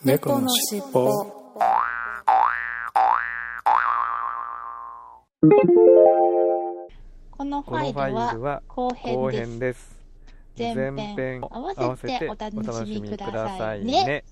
猫のしっぽ。 このファイルは後編です。前編合わせてお楽しみくださいね。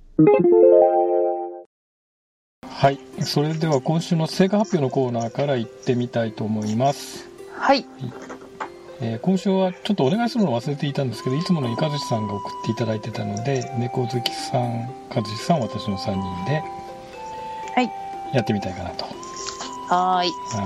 はい、それでは今週の成果発表のコーナーから行ってみたいと思います。 はい、 今週はちょっとお願いするのを忘れていたんですけど、いつものいかずしさんが送っていただいてたので、猫好きさん、かずしさん、私の3人でやってみたいかなと。 はい、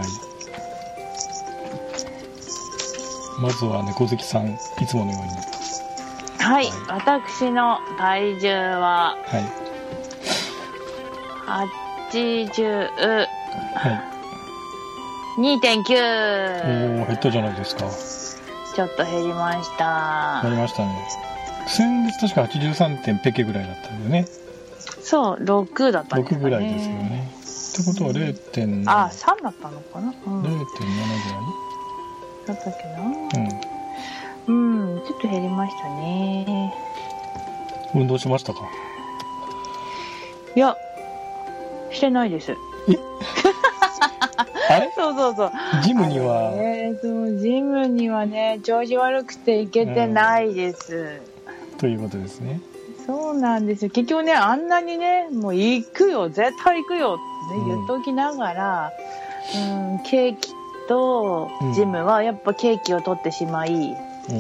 まずは猫好きさん、いつものように。 はい、私の体重は、82.9、 減ったじゃないですか。 ちょっと減りました。 なりましたね。先月確か 83. 点ペケぐらいだったんだよね。 そう、6だったんですかね。 6ぐらいですよね。ってことは 0.7、 3だったのかな、 0.7 ぐらいだったっけな。ちょっと減りましたね。 運動しましたか？ いや、してないです。 あれ？ そう。 ジムには、 ジムにはね、調子悪くて行けてないです。 ということですね。 そうなんですよ。結局ね、あんなにね、もう行くよ、絶対行くよって、ね、言っときながら、ケーキとジムはやっぱケーキを取ってしまい、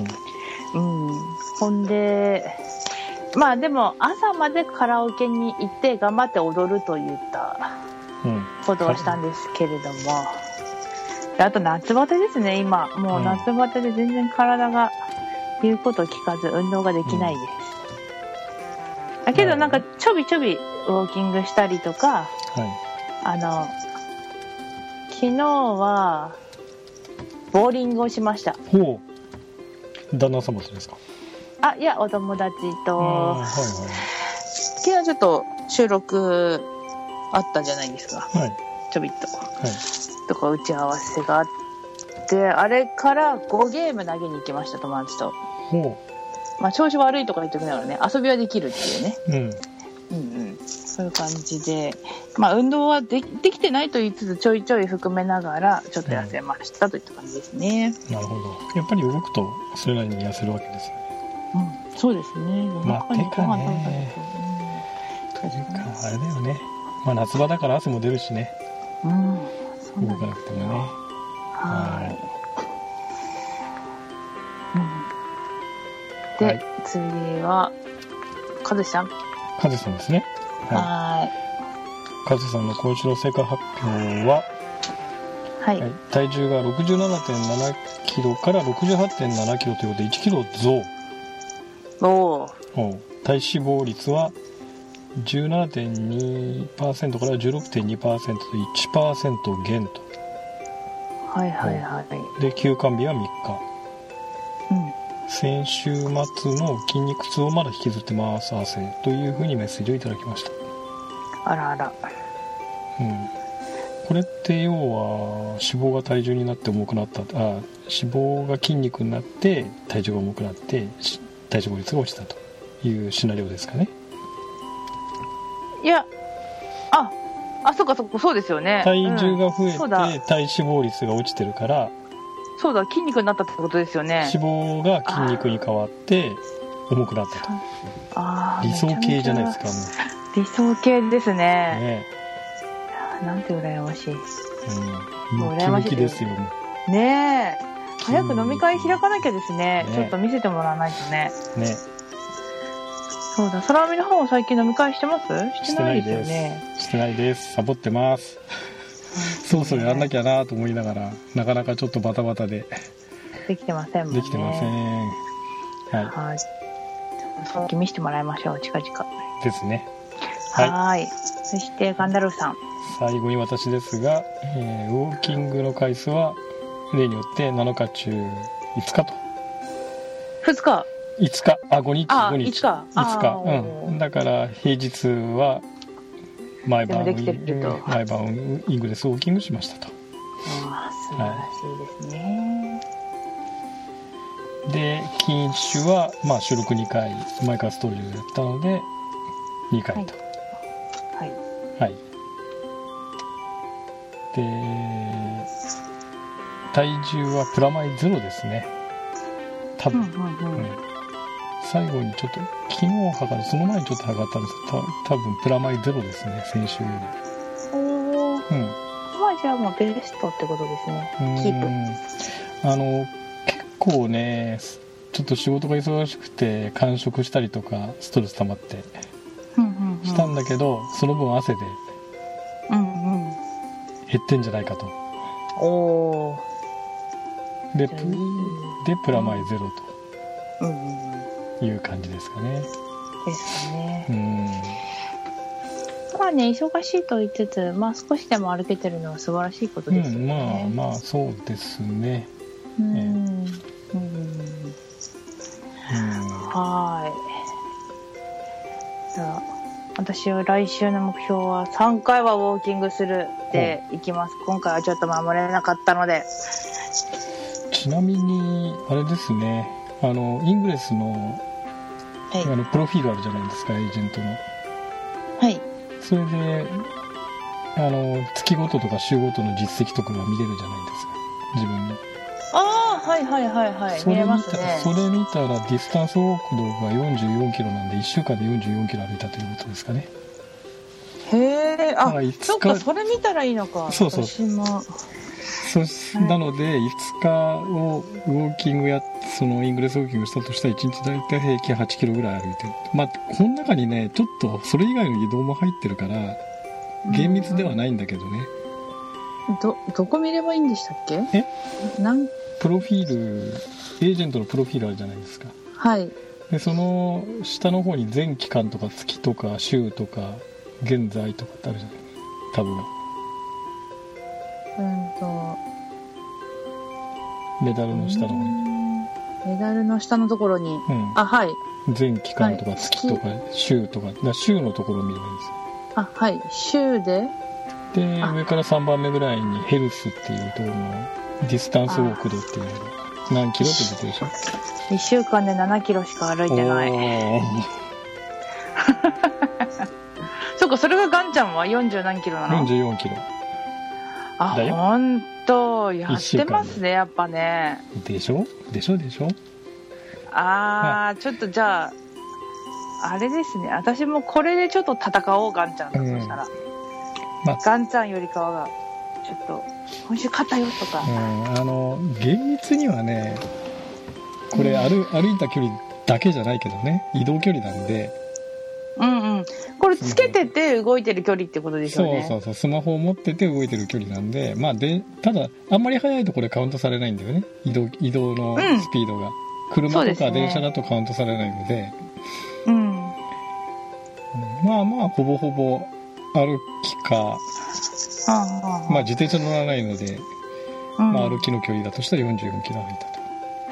ほんで、まあでも朝までカラオケに行って頑張って踊るといったことをしたんですけれども、あと夏バテですね。今もう夏バテで全然体が言うこと聞かず運動ができないです。だけどなんかちょびウォーキングしたりとか、昨日はボーリングをしました。 ほう、旦那様とですか？ いや、お友達と、昨日ちょっと収録あったじゃないですか。ちょびっと、とか打ち合わせがあって、あれから5ゲーム投げに行きました、友達と。まあ調子悪いとか言ってくれながらね、遊びはできるっていうね。そういう感じで、まあ運動はできてないと言いつつちょい含めながらちょっと痩せましたといった感じですね。 なるほど。やっぱり動くとそれなりに痩せるわけですよね。 そうですね。 まあてかね、あれだよね。まあ夏場だから汗も出るしね。動かなくてもね。 で、次はかずしさんですね。かずさんの今週の成果発表は、体重が 67.7 キロから 68.7 キロということで1キロ増。体脂肪率は 17.2% から 16.2% で 1% 減と。で休館日は3日。先週末の筋肉痛をまだ引きずってます汗というふうにメッセージをいただきました。 あら。 これって要は脂肪が体重になって重くなった、脂肪が筋肉になって体重が重くなって体脂肪率が落ちたというシナリオですかね。 いや、そうですよね。 体重が増えて、体脂肪率が落ちてるから、 そうだ、筋肉になったってことですよね。 脂肪が筋肉に変わって重くなったと。理想形じゃないですか。 理想形ですね。なんて羨ましい。 羨ましいですよね。早く飲み会開かなきゃですね。ちょっと見せてもらわないとね。そうだ、空耳の方は最近飲み会してます？してないですよね。 してないです。サボってます。そろそろやんなきゃなと思いながら、なかなかちょっとバタバタでできてませんもんね。 できてません。 さっき見せてもらいましょう、近々 ですね。 そしてガンダルフさん、 最後に私ですが、ウォーキングの回数は例によって7日中5日と。 2日 5日5日 5日だから平日は毎晩イングレスウォーキングしましたと。 素晴らしいですね。 で禁酒は、収録2回マイカーストーリーをやったので 2回と。 はい。 はい。で、体重はプラマイ0ですね。多分。最後にちょっと、昨日測る、その前にちょっと測ったんですけど、多分プラマイ0ですね、先週より。 まあじゃあもうベストってことですね。キープ。 結構ね、ちょっと仕事が忙しくて、間食したりとか、ストレス溜まって、したんだけど、その分汗で、減ってんじゃないかと。で、プラマイ0という感じですかね。 ですかね。まあね、忙しいと言いつつ、まあ少しでも歩けてるのは素晴らしいことですよね。 まあそうですね。 はい。じゃあ私は来週の目標は3回はウォーキングするでいきます。今回はちょっと守れなかったので。 ちなみにあれですね、イングレスの、プロフィールあるじゃないですか、エージェントの。 はい。 それで月ごととか週ごとの実績とかが見れるじゃないですか、自分の。 はい見れますね。 それ見たらディスタンスウォーク動が44キロなんで1週間で44キロ歩いたということですかね。 へえ、そっか、それ見たらいいのか。 そう私もなので5日をウォーキングそのイングレスウォーキングしたとしたら1日だいたい平均8キロぐらい歩いてる。まあこの中にねちょっとそれ以外の移動も入ってるから厳密ではないんだけどね。 どこ見ればいいんでしたっけ？ プロフィール、エージェントのプロフィールあるじゃないですか。 はい。 でその下の方に全期間とか月とか週とか現在とかってあるじゃない多分。メダルの下の方に。 メダルの下のところに。はい。 全期間とか月とか週とか、週のところを見ればいいんですよ。 はい。週で上から3番目ぐらいにヘルスっていうところのディスタンスウォークドっていうのが何キロって出てるでしょ。 1週間で7キロしか歩いてない。そっか、それがガンちゃんは40何キロなの ？44キロ。 ほんとやってますね、やっぱね。 でしょちょっとじゃああれですね、私もこれでちょっと戦おう、ガンちゃんと。そしたらガンちゃんよりかはちょっと今週勝ったよとか。 厳密にはねこれ歩いた距離だけじゃないけどね、移動距離なんで。 これつけてて動いてる距離ってことでしょうね。 そうスマホを持ってて動いてる距離なんで、ただあんまり速いとこれカウントされないんだよね、移動のスピードが。車とか電車だとカウントされないので、ほぼほぼ歩きか、自転車乗らないので、歩きの距離だとしたら44キロ歩いたと。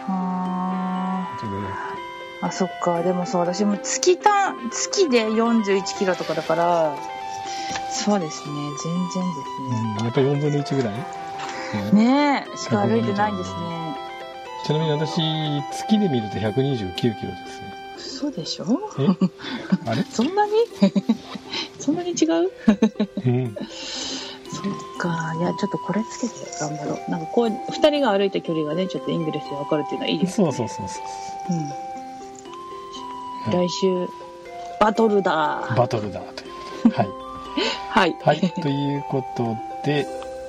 そっか。でも私も月で41キロとかだから、そうですね、全然ですね。 やっぱり4分の1ぐらいねしか歩いてないんですね。 ちなみに私月で見ると129キロですね。 嘘でしょ？ あれそんなにそんなに違う？そっか。いや、ちょっとこれつけて頑張ろう。なんかこう2人が歩いた距離がね、ちょっとイングレスで分かるっていうのはいいですね。 そう。 来週バトルだというはいということで、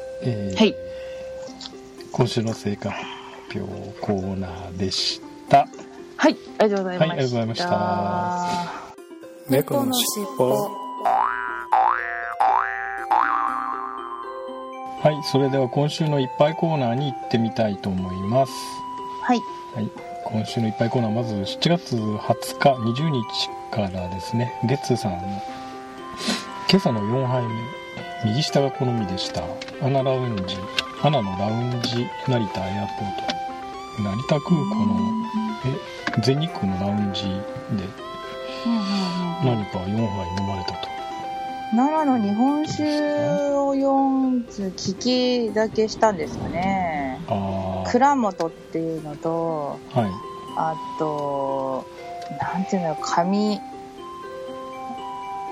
今週の成果発表コーナーでした。 はい、ありがとうございました。 ありがとうございました。猫のしっぽ。はい、それでは今週のいっぱいコーナーに行ってみたいと思います。 はい。 今週のいっぱいコーナー、まず7月20日20日からですね、ゲッツーさんの今朝の4杯目、右下が好みでした。アナのラウンジ成田エアポート、成田空港の全日空のラウンジで何か4杯飲まれたと。 奈良の日本酒を聞きだけしたんですかね。蔵元っていうのと、あとなんていうの、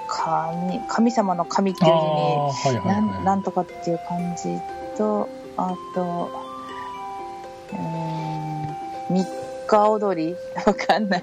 神様の神っていう字に、なんとかっていう感じと、あと、三日踊りわかんない。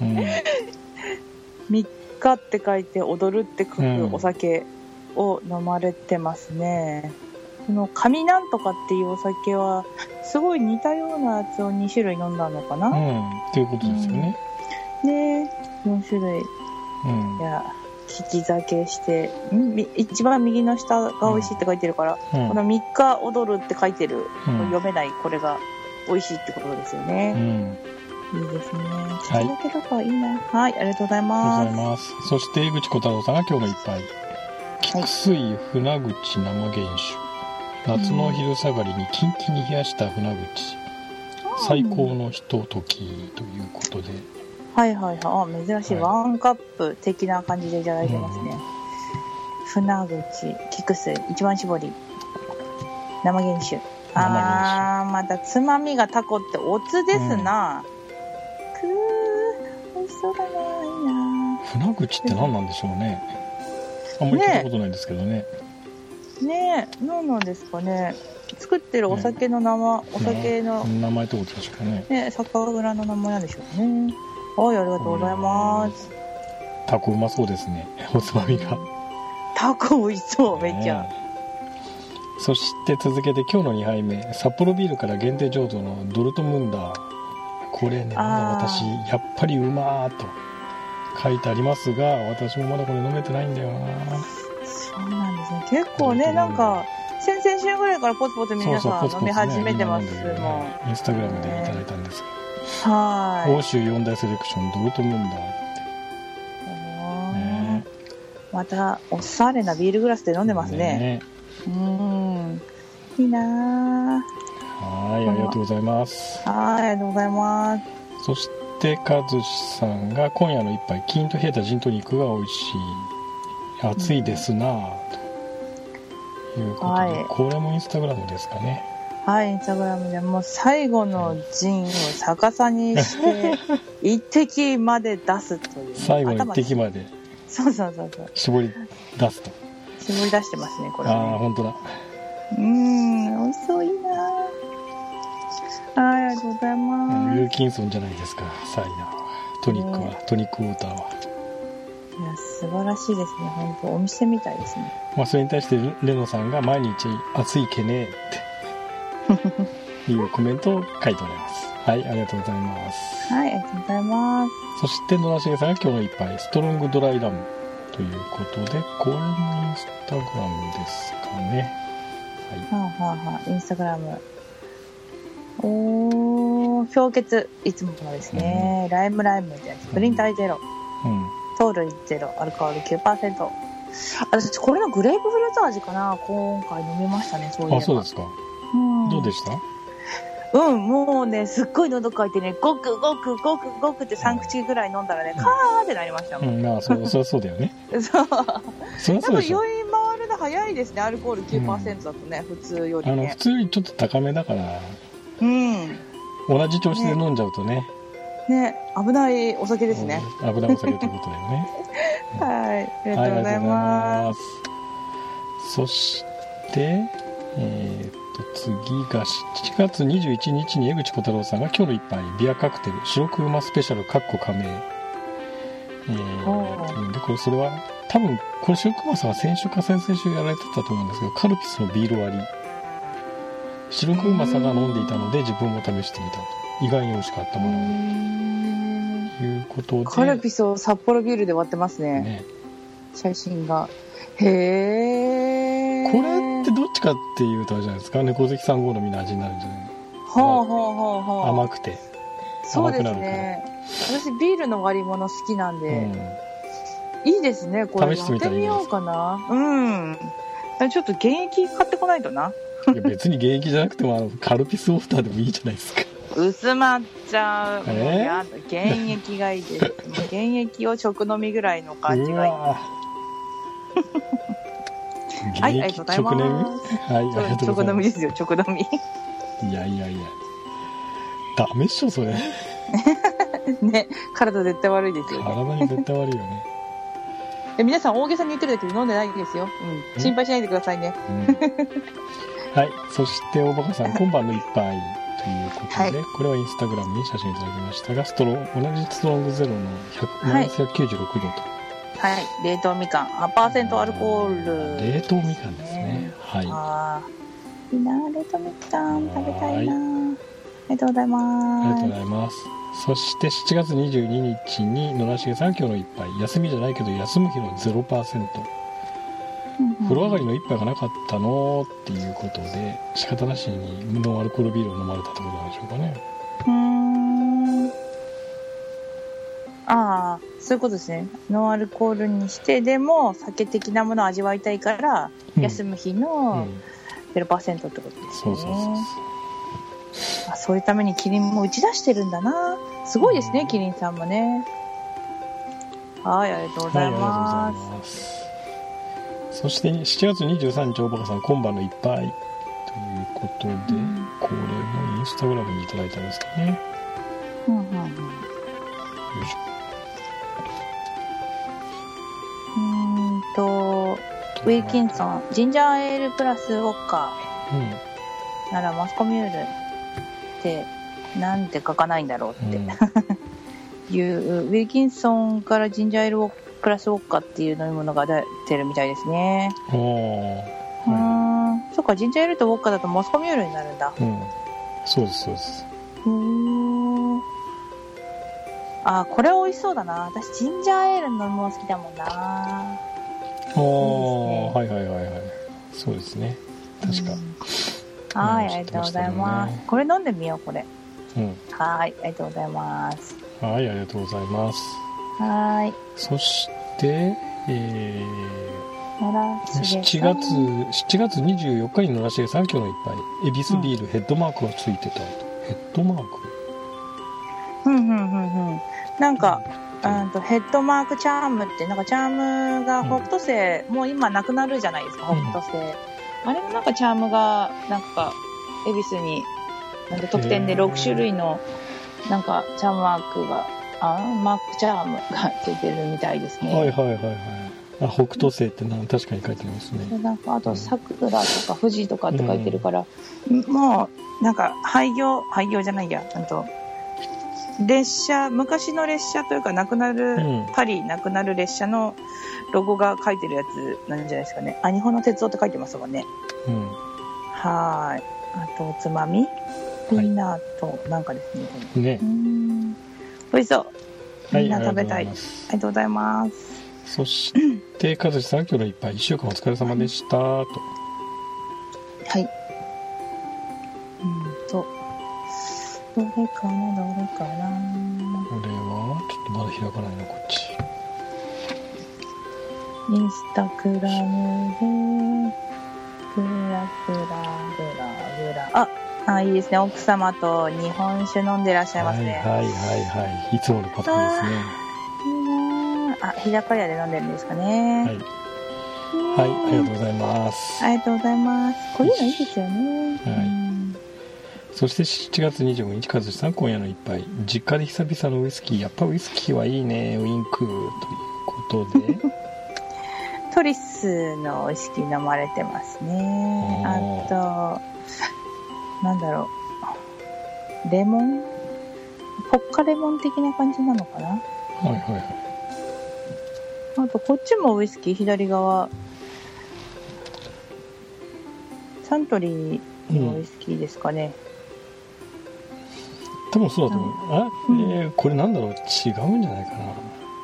三日って書いて踊るって書くお酒を飲まれてますね。この神なんとかっていうお酒はすごい似たようなやつを2種類飲んだのかな、 っていうことですよね。 で、4種類、利き酒して、一番右の下が美味しいって書いてるから、この3日踊るって書いてる、読めないこれが美味しいってことですよね。いいですね。利き酒とかいいな。はい、ありがとうございます。 ありがとうございます。そして江口小太郎さんが今日の一杯、菊水船口生原酒、夏の昼下がりにキンキンに冷やした船口、最高のひとときということで、 珍しい、ワンカップ的な感じでいただいてますね。船口、菊水、一番搾り、生原酒。またつまみがタコっておつですな。美味しそうだな。いいな。 船口って何なんでしょうね。あんまり聞いたことないんですけどね。 何なんですかね。作ってるお酒の名前、お酒の名前ってことですかね。 酒蔵の名前なんでしょうね。はい、ありがとうございます。 タコうまそうですね。おつまみが。 タコ美味しそう、めっちゃ。 そして続けて今日の2杯目、札幌ビールから限定醸造のドルトムンダー。これね、私やっぱりうまーと書いてありますが、私もまだこれ飲めてないんだよな。 そうなんですね。結構ね、なんか先々週ぐらいからポツポツ皆さん飲み始めてますもん。 インスタグラムでいただいたんですが、欧州4大セレクションドルトムンダーって、 またおしゃれなビールグラスで飲んでますね。いいなー。 はい、ありがとうございます。 ありがとうございます。 そして和志さんが今夜の一杯、キンと冷えたジントニックが美味しい、暑いですなぁということで、これもインスタグラムですかね。 インスタグラムでもう最後のジンを逆さにして一滴まで出すという、 最後の一滴まで絞り出すと、 絞り出してますね、これね。 本当だ。 美味しそう。いいな。ありがとうございます。 ウィルキンソンじゃないですか、サイダーは。トニックは、トニックウォーターは。いや、 素晴らしいですね。本当お店みたいですね。 それに対してレノさんが毎日暑いけねっていうコメントを書いております。はい、ありがとうございます。 ありがとうございます。 そして野田茂さんが今日の一杯、ストロングドライラムということで、これもインスタグラムですかね。 インスタグラム。氷結、いつものですね。ライムってやつ。プリン体ゼロ。糖類ゼロ。アルコール 9%。私、これのグレープフルーツ味かな。今回飲みましたね、そういうの。 そうですか。どうでした？ もうね、すっごい喉乾いてね、ごくごくごくごくって3口ぐらい飲んだらね、カーってなりましたもん。 そりゃそうだよね。 そう。多分酔い回るの早いですね、アルコール 9% だとね、普通よりね。 普通よりちょっと高めだから、同じ調子で飲んじゃうとね。 危ないお酒ですね。 危ないお酒ということだよね。 ありがとうございます。 そして、次が7月21日に江口小太郎さんが今日の一杯、ビアカクテル白く馬スペシャル加盟、でこれそれは多分これ白く馬さんは先週か先々週やられてたと思うんですけど、カルピスのビール割り、白く馬さんが飲んでいたので自分も試してみたと、意外に美味しかったものということで、 カルピスを札幌ビールで割ってますね。写真が。へー。 これってどっちかっていうとあれじゃないですか、猫好きさん好みの味になるんじゃないの？甘くて。 そうですね。私ビールの割り物好きなんで、いいですね。これやってみようかな。ちょっと原液買ってこないとな。 いや別に原液じゃなくてもカルピスウォーターでもいいじゃないですか。 薄まっちゃう。原液がいいです。原液を直飲みぐらいの感じがいい。ありがとうございます。直飲みですよ、直飲み。 いや。ダメっしょ、それ。 ね、体絶対悪いですよね。 体に絶対悪いよね。 皆さん大げさに言ってるだけで飲んでないですよ。心配しないでくださいね。 はい。そして、大バカさん、今晩の一杯ということで、これはインスタグラムに写真いただきましたが、同じストロングゼロの196度と。 はい。冷凍みかん。8% アルコール。 冷凍みかんですね。はい。 いいな、冷凍みかん食べたいな。ありがとうございます。 ありがとうございます。そして7月22日に野良重さん、今日の一杯、休みじゃないけど休む日の 0%、風呂上がりの一杯がなかったのっていうことで、仕方なしに無ノンアルコールビールを飲まれたってことなんでしょうかね。 ああ、そういうことですね。ノンアルコールにしてでも酒的なものを味わいたいから、休む日の 0% ってことですね。そういうためにキリンも打ち出してるんだな。すごいですね、キリンさんもね。はい、ありがとうございます。 そして7月23日、大バカさん、今晩の一杯ということで、これもインスタグラムにいただいたんですかね。よいしょ。ウィルキンソン、ジンジャーエールプラスウォッカー。ならマスコミュールってなんで書かないんだろうって、いうウィルキンソンからジンジャーエールプラスウォッカっていう飲み物が出てるみたいですね。そっか、ジンジャーエールとウォッカだとモスコミュールになるんだ。 そうですそうです。 これ美味しそうだな。私ジンジャーエールの飲み物好きだもんな。 はいはいはいはい。そうですね。確か。 はい、ありがとうございます。これ飲んでみよう、これ。はい、ありがとうございます。 はい、ありがとうございます。 はい。 そして、7月24日に野良重さん、今日の一杯、恵比寿ビールヘッドマークがついてた。ヘッドマークなんか、ヘッドマークチャームって、なんかチャームが北斗星、もう今なくなるじゃないですか、北斗星。あれのなんかチャームが、なんか、恵比寿に、特典で6種類の、なんか、チャームマークが、マークチャームがついてるみたいですね。 はいはいはいはい。北斗星って確かに書いてますね。 なんか、あと、桜とか富士とかって書いてるから、もう、なんか、廃業じゃないや、昔の列車というか、パリなくなる列車のロゴが書いてるやつなんじゃないですかね。日本の鉄道って書いてますもんね。はい。あと、おつまみピーナットなんかですね。美味しそう。みんな食べたい。ありがとうございます。 そして、和志さん、今日の一杯、1週間お疲れ様でしたと。 はい。どれかな。これはちょっとまだ開かないな、こっち。 インスタグラムでいいですね。奥様と日本酒飲んでらっしゃいますね。 いつものパターンですね。 いいな。日高屋で飲んでるんですかね。 はい、ありがとうございます。 ありがとうございます。こういうのいいですよね。 そして7月25日、和志さん、今夜の一杯、実家で久々のウイスキー、やっぱウイスキーはいいね、ウインクということでトリスのウイスキー飲まれてますね。あと、なんだろう、レモン、ポッカレモン的な感じなのかな。あと、こっちもウイスキー、左側、サントリーのウイスキーですかね。 多分そうだと思う。これなんだろう、違うんじゃないかな。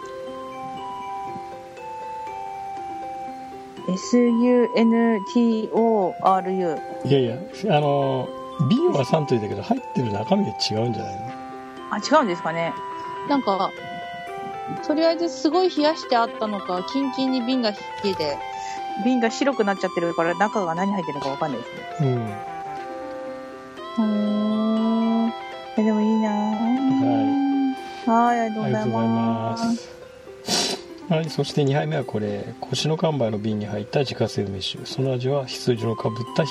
SUNTORU。 いや瓶はサントリーだけど入ってる中身が違うんじゃないの。 違うんですかね。なんかとりあえずすごい冷やしてあったのか、キンキンに瓶が冷えて瓶が白くなっちゃってるから、中が何入ってるのか分かんないですね。でもいいな。はい、ありがとうございます。 はい、そして2杯目はこれ、腰の完売の瓶に入った自家製梅酒。その味は羊のかぶった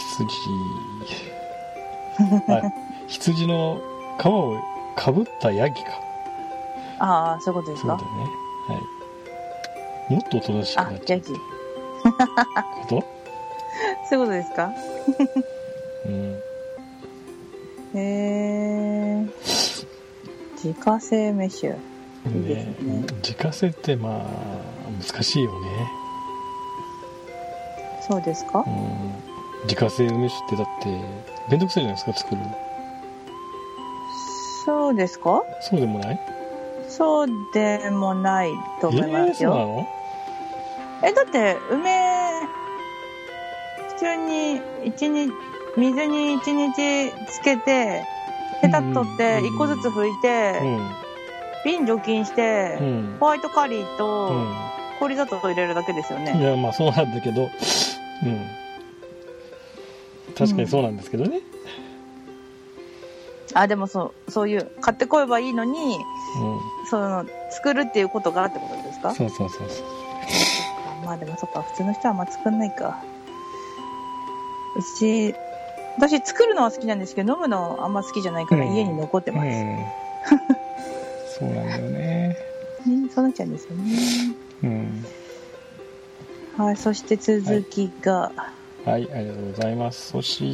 羊の皮をかぶったヤギか。 そういうことですか。 そうだね。 もっとおとなしくなっちゃう。こと？ そういうことですか？自家製メッシュ。いいですね。 自家製ってまあ難しいよね。 そうですか？ 自家製梅酒ってだってめんどくさいじゃないですか、作るの。 そうですか？ そうでもない？ そうでもないと思いますよ。 そうなの？ だって梅普通に水に1日つけてヘタ取って1個ずつ拭いて、瓶除菌して、ホワイトカリーと氷砂糖を入れるだけですよね。 いやまあそうなんだけど、確かにそうなんですけどね。 でもそういう買ってこえばいいのに、作るっていうことがってことですか？ そう。 まあでもそっか、普通の人はあんま作んないか。私作るのは好きなんですけど飲むのあんま好きじゃないから家に残ってます。 そうなんだよね。 そうなっちゃうんですよね。はい、そして続きが、 はい、ありがとうございます。そして、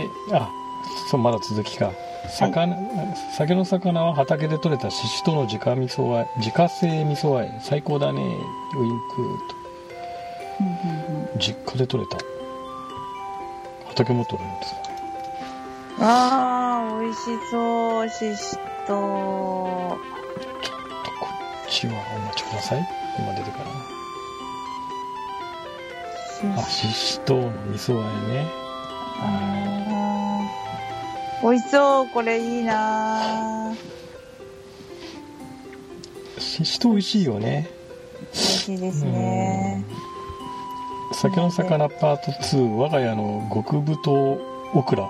まだ続きか。酒の魚は畑で採れたししとうの自家製味噌和え最高だねウインクと。実家で採れた。畑も採れるんですか？ 美味しそう。ししとう。 ちょっとこっちはお待ちください。今出てからな。ししとうの味噌和えね。 美味しそう。これいいな。 ししとう美味しいよね。 美味しいですね。 酒の魚パート2、我が家の極太オクラ。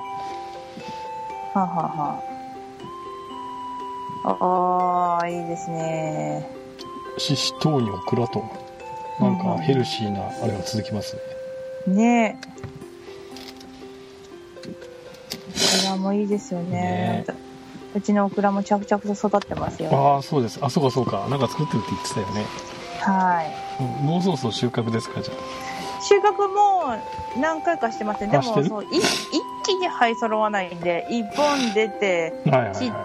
いいですね。 ししとうにオクラと、なんかヘルシーなあれが続きますね。 ねえ。オクラもいいですよね。うちのオクラも着々と育ってますよ。 そうです。そうか。なんか作ってるって言ってたよね。 はい。 もうそろそろ収穫ですか？じゃあ。 収穫も何回かしてますね。でも一気に揃わないんで、1本出て切って、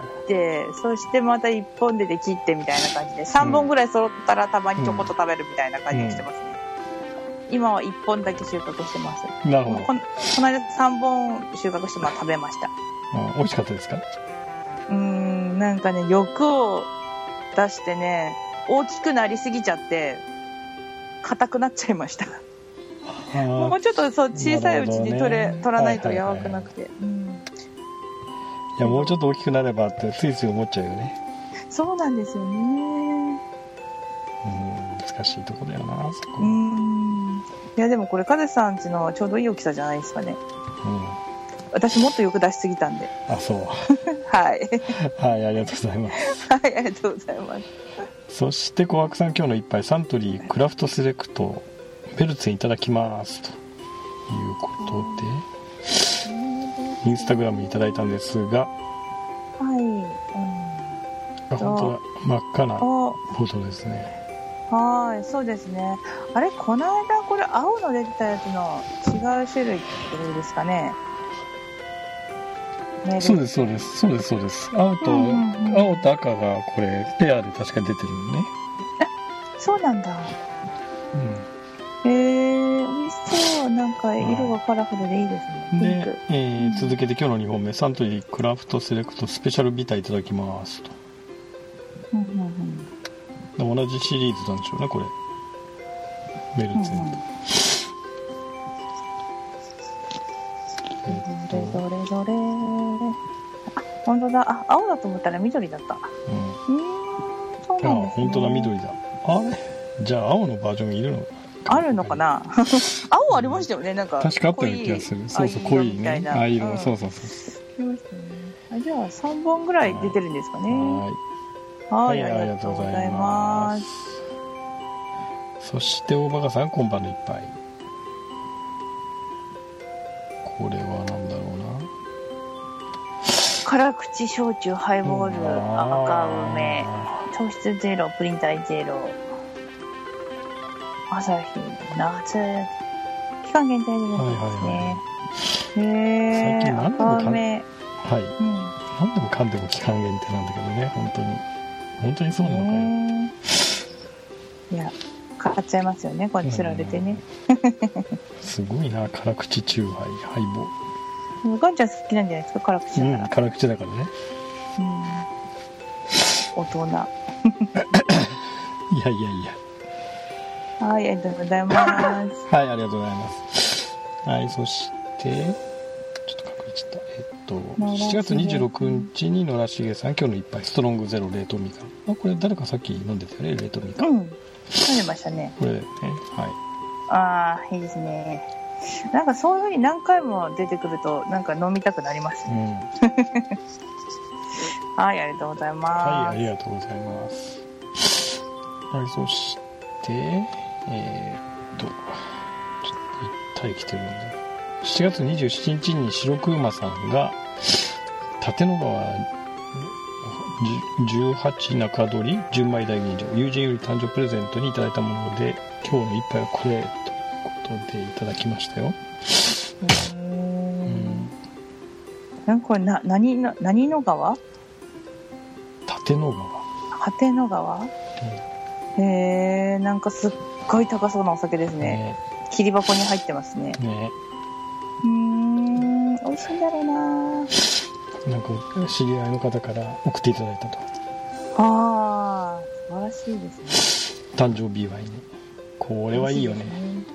そしてまた1本出て切ってみたいな感じで、3本ぐらい揃ったらたまにちょこっと食べるみたいな感じにしてますね。今は1本だけ収穫してます。 なるほど。 この間3本収穫して食べました。 美味しかったですか？ なんかね、欲を出してね、大きくなりすぎちゃって硬くなっちゃいました。もうちょっと小さいうちに取らないとやばくなくて、いやもうちょっと大きくなればってついつい思っちゃうよね。 そうなんですよね。 難しいとこだよな、そこ。 いやでもこれカズさんちのちょうどいい大きさじゃないですかね。私もっとよく出しすぎたんで。 そう。 はい。 はい、ありがとうございます。 はい、ありがとうございます。 そして小白さん、今日の一杯サントリークラフトセレクトベルツェンいただきますということでインスタグラムにいただいたんですが、 本当だ、真っ赤なボトルですね。 そうですね。あれ、この間これ青の出てたやつの違う種類っていいですかね。 そうです。青と赤がこれペアで確か出てるのね。 そうなんだ。美味しそう。なんか色がカラフルでいいですね。 で、続けて今日の2本目、サントリークラフトセレクトスペシャルビタいただきますと。同じシリーズなんでしょうね、これ。ベルツェンと。 どれ。本当だ。青だと思ったら緑だった。そうなんですね。 本当だ、緑だ。じゃあ青のバージョンいるの？ あるのかな。青ありましたよね、なんか。 確かあったような気がする。そう、濃いね。色、そう。 じゃあ3本ぐらい出てるんですかね。はい、ありがとうございます。 そして大バカさん、今晩の一杯。これはなんだろうな。 辛口焼酎ハイボール赤梅糖質ゼロプリン体ゼロ。 朝日夏期間限定でですね。 最近何でもはい、何でもかんでも期間限定なんだけどね、本当にそうなのかよ。 いや、買っちゃいますよね、これ釣られてね。 すごいな、辛口チューハイ、ハイボー。 ガンちゃん好きなんじゃないですか、辛口だから。 辛口だからね。 大人。いやいや。 はい、ありがとうございます。 はい、ありがとうございます。はい、そして、ちょっと確認しちゃった。7月26日に野良しげさん、今日の一杯、ストロングゼロ冷凍みかん。これ誰かさっき飲んでたよね、冷凍みかん。 飲んでましたね。 これだよね。はい。 ああ、いいですね。なんかそういう風に何回も出てくると、なんか飲みたくなりますね。はい、ありがとうございます。 はい、ありがとうございます。はい、そして、ちょっと行ったり来てるんで、7月27日に白く馬さんが立野川18中取純米大吟醸友人より誕生プレゼントにいただいたもので、今日の一杯はこれということでいただきましたよ。 なんかこれ何の川？ 立野川。 立野川？なんかすっごい高そうなお酒ですね。切り箱に入ってますね。美味しいんだろうな。 なんか知り合いの方から送っていただいたと。 ああ、素晴らしいですね。 誕生日祝いに。これはいいよね。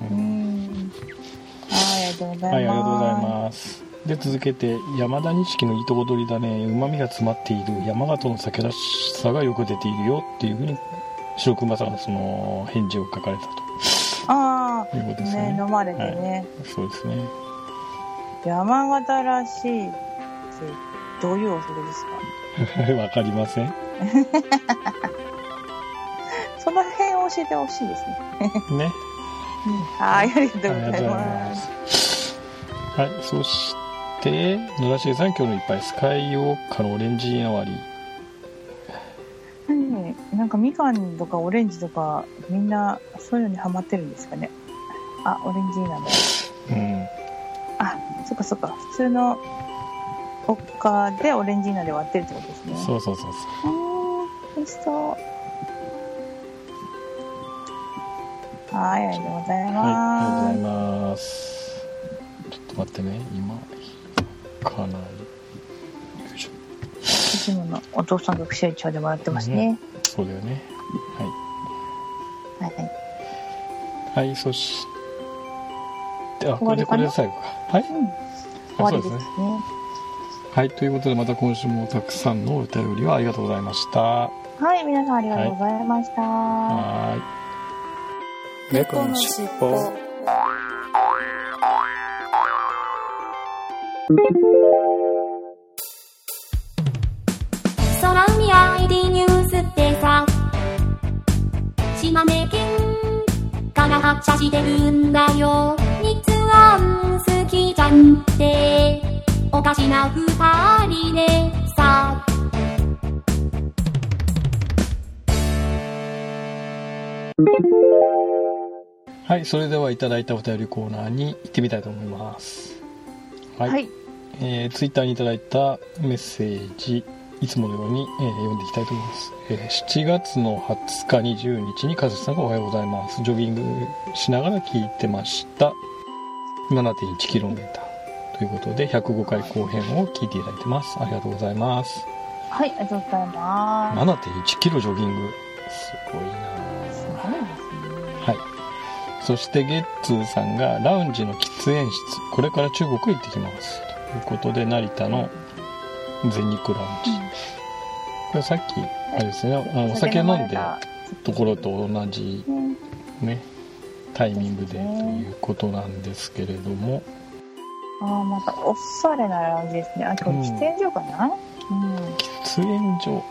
はい、ありがとうございます。 はい、ありがとうございます。で、続けて、山田錦のいいとこ取りだね、旨味が詰まっている山形の酒らしさがよく出ているよっていうふうに白熊さんのその返事を書かれたと。 ああ、 いうことですね。 飲まれてね。 そうですね。 山形らしいってどういうお酒ですか？わかりません。 その辺を教えてほしいですね。 ね。 はい、ありがとうございます。 はい、そして野良重さん、今日の一杯スカイウォッカのオレンジの割り。 なんかみかんとかオレンジとかみんなそういうのにハマってるんですかね。あ、オレンジなの。あ、そっかそっか。普通のウォッカでオレンジーナで割ってるってことですね。 そう。 美味しそう。はい、ありがとうございます。 はい、ありがとうございます。ちょっと待ってね、今かなり。よいしょ。 いつものお父さんが串茶でもらってますね。 そうだよね。 はい。 はい、そして、これで最後か。はい。 終わりですね。 はい、ということでまた今週もたくさんのお便りをありがとうございました。 はい、皆さんありがとうございました。 はい。猫のしっぽ。 空海 ID ニュースってさ、島根県から発車してるんだよ。日安好きじゃんっておかしな二人でさ。 はい、それではいただいたお便りコーナーに行ってみたいと思います。はい。ツイッターにいただいたメッセージ、いつものように、読んでいきたいと思います。7月の20日20日に和志さんがおはようございます。ジョギングしながら聞いてました。7.1km ということで105回後編を聞いていただいてます。ありがとうございます。 はい、ありがとうございます。 7.1km ジョギング。すごいな。 すごいですね。 はい。そしてゲッツーさんがラウンジの喫煙室、これから中国へ行ってきます。ということで成田の全日空ラウンジ。これさっき、あれですね、お酒飲んでところと同じね、タイミングでということなんですけれども。 またおしゃれなラウンジですね。あ、これ喫煙所かな？ 喫煙所。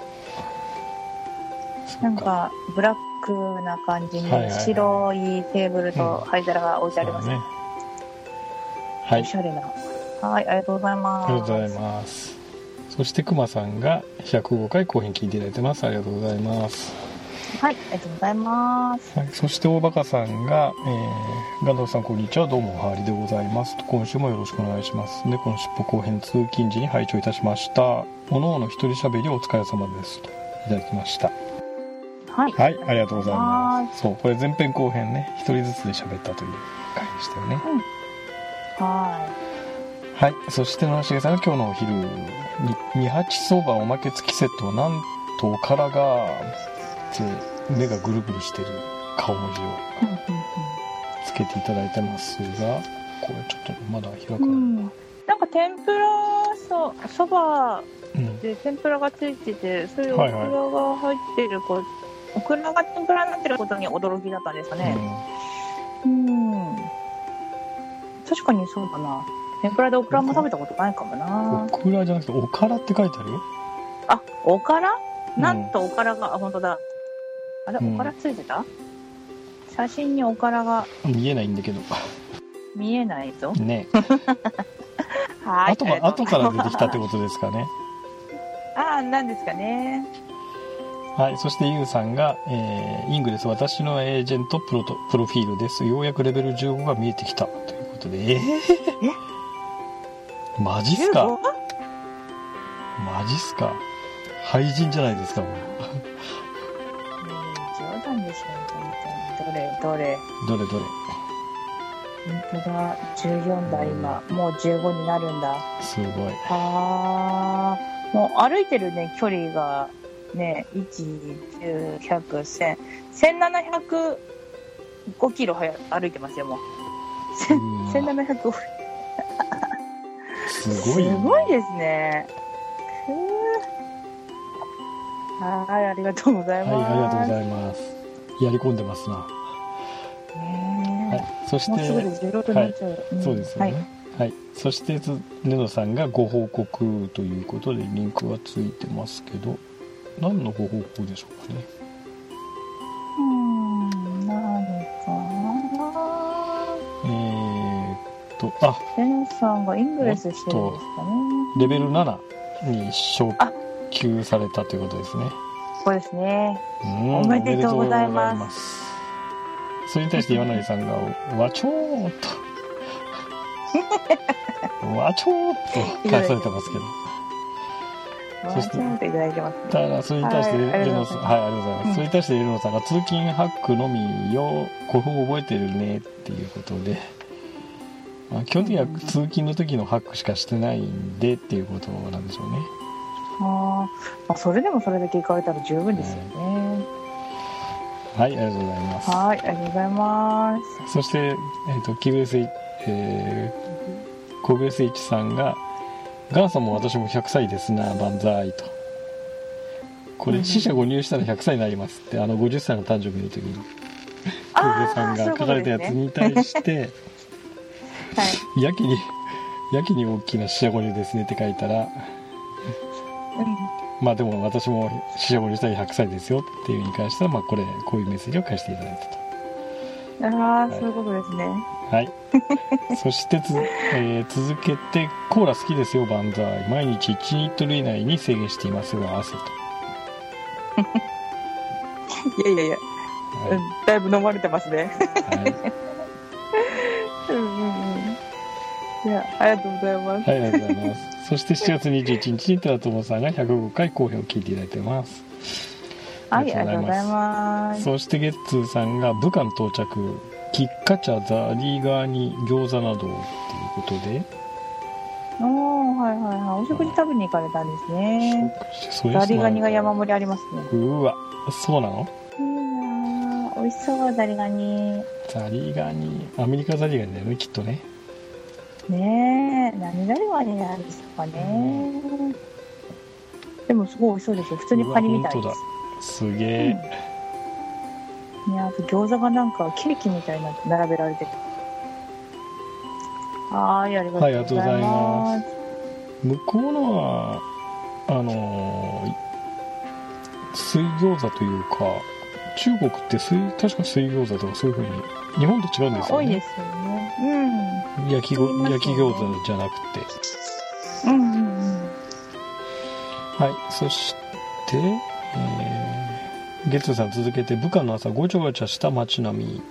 なんかブラックな感じに白いテーブルと灰皿が置いてありますね。はい。おしゃれな。はい、ありがとうございます。 ありがとうございます。そしてくまさんが105回後編聞いていただいてます。ありがとうございます。 はい、ありがとうございます。 はい、そして大バカさんが、ガンダムさんこんにちは、どうもおはりでございますと、今週もよろしくお願いします。猫のしっぽ後編通勤時に拝聴いたしました。おのおの一人喋りお疲れ様ですといただきました。 はい、 はい、ありがとうございます。そう、これ前編後編ね、一人ずつで喋ったという回でしたよね。 はい、 そして野重さんが今日のお昼に二八そばおまけ付きセットをなんとおからがって目がぐるぐるしてる顔文字をつけていただいてますが、これちょっとまだ開かない、 なんか天ぷらそばで天ぷらがついてて、それオクラが入ってるオクラが天ぷらになってることに驚きだったんですかね。確かにそうだな。天ぷらでオクラも食べたことないかもな。 オクラじゃなくておからって書いてあるよ。 あ、おから？なんとおからが、本当だ。あれ、おからついてた？写真におからが見えないんだけど。 見えないぞ。 ね。 はい。 後から出てきたってことですかね。 なんですかね。 はい、そしてユウさんが、イングです。私のエージェントプロフィールです。ようやくレベル15が見えてきたということで、マジっすか？マジっすか？廃人じゃないですか、もう。 冗談でしょ、どれ。 本当だ、14だ、今。もう15になるんだ。 すごい。 もう歩いてるね、距離が、ね、1、10、100、1000、1705キロ歩いてますよ、もう。1705。 すごい。 すごいですね。はい、ありがとうございます。 はい、ありがとうございます。やり込んでますな。はい、そして、 もうすぐで0となっちゃう。 そうですよね。はい、そしてネノさんがご報告ということでリンクがついてますけど、何のご報告でしょうかね。 何かな。ネノさんがイングレスしてるんですかね。 レベル7に昇級されたということですね。 そうですね。おめでとうございます。 それに対して岩成さんがわちょーっとわちょーっと返されてますけど。 そしていただいてますね。 ただそれに対してレノさん、はい、ありがとうございます。それに対してレノさんが通勤ハックのみよ、古墳覚えてるねっていうことで、基本的には通勤の時のハックしかしてないんでっていうことなんでしょうね。 それでもそれだけ行かれたら十分ですよね。 はい、ありがとうございます。 はい、ありがとうございます。 そして、コグレス H さんが、ガンさんも私も100歳ですな、万歳と。これ、死者誤入したら100歳になりますって、50歳の誕生日の時に、コグレさんが書かれたやつに対して、やけに大きな死者誤入ですねって書いたら、まあでも私も死者誤入したら100歳ですよっていうに関しては、こういうメッセージを返していただいたと。 そういうことですね。 はい。そして続けて、コーラ好きですよ、万歳。毎日1リットル以内に制限していますが、汗と。 いや、だいぶ飲まれてますね。いや、ありがとうございます。 はい、ありがとうございます。そして7月21日に寺友さんが105回後編を聞いていただいてます。 はい、ありがとうございます。 そしてゲッツーさんが武漢到着、キッカチャザリガニ餃子などということで、 お食事食べに行かれたんですね。ザリガニが山盛りありますね。 うわ、そうなの？ 美味しそう、ザリガニ。 ザリガニ、アメリカザリガニだよね、きっとね。 ねえ、何ザリガニなんですかね。でもすごい美味しそうですよ。普通にカニみたいです。 すげえ。 あと餃子がなんかケーキみたいに並べられてる。ありがとうございます。 向こうのは水餃子というか、中国って確か水餃子とかそういう風に日本と違うんですよね。 多いですよね。 焼き餃子じゃなくて。はい。そして、 ゲッツーさん続けて、部下の朝ごちゃごちゃした街並み。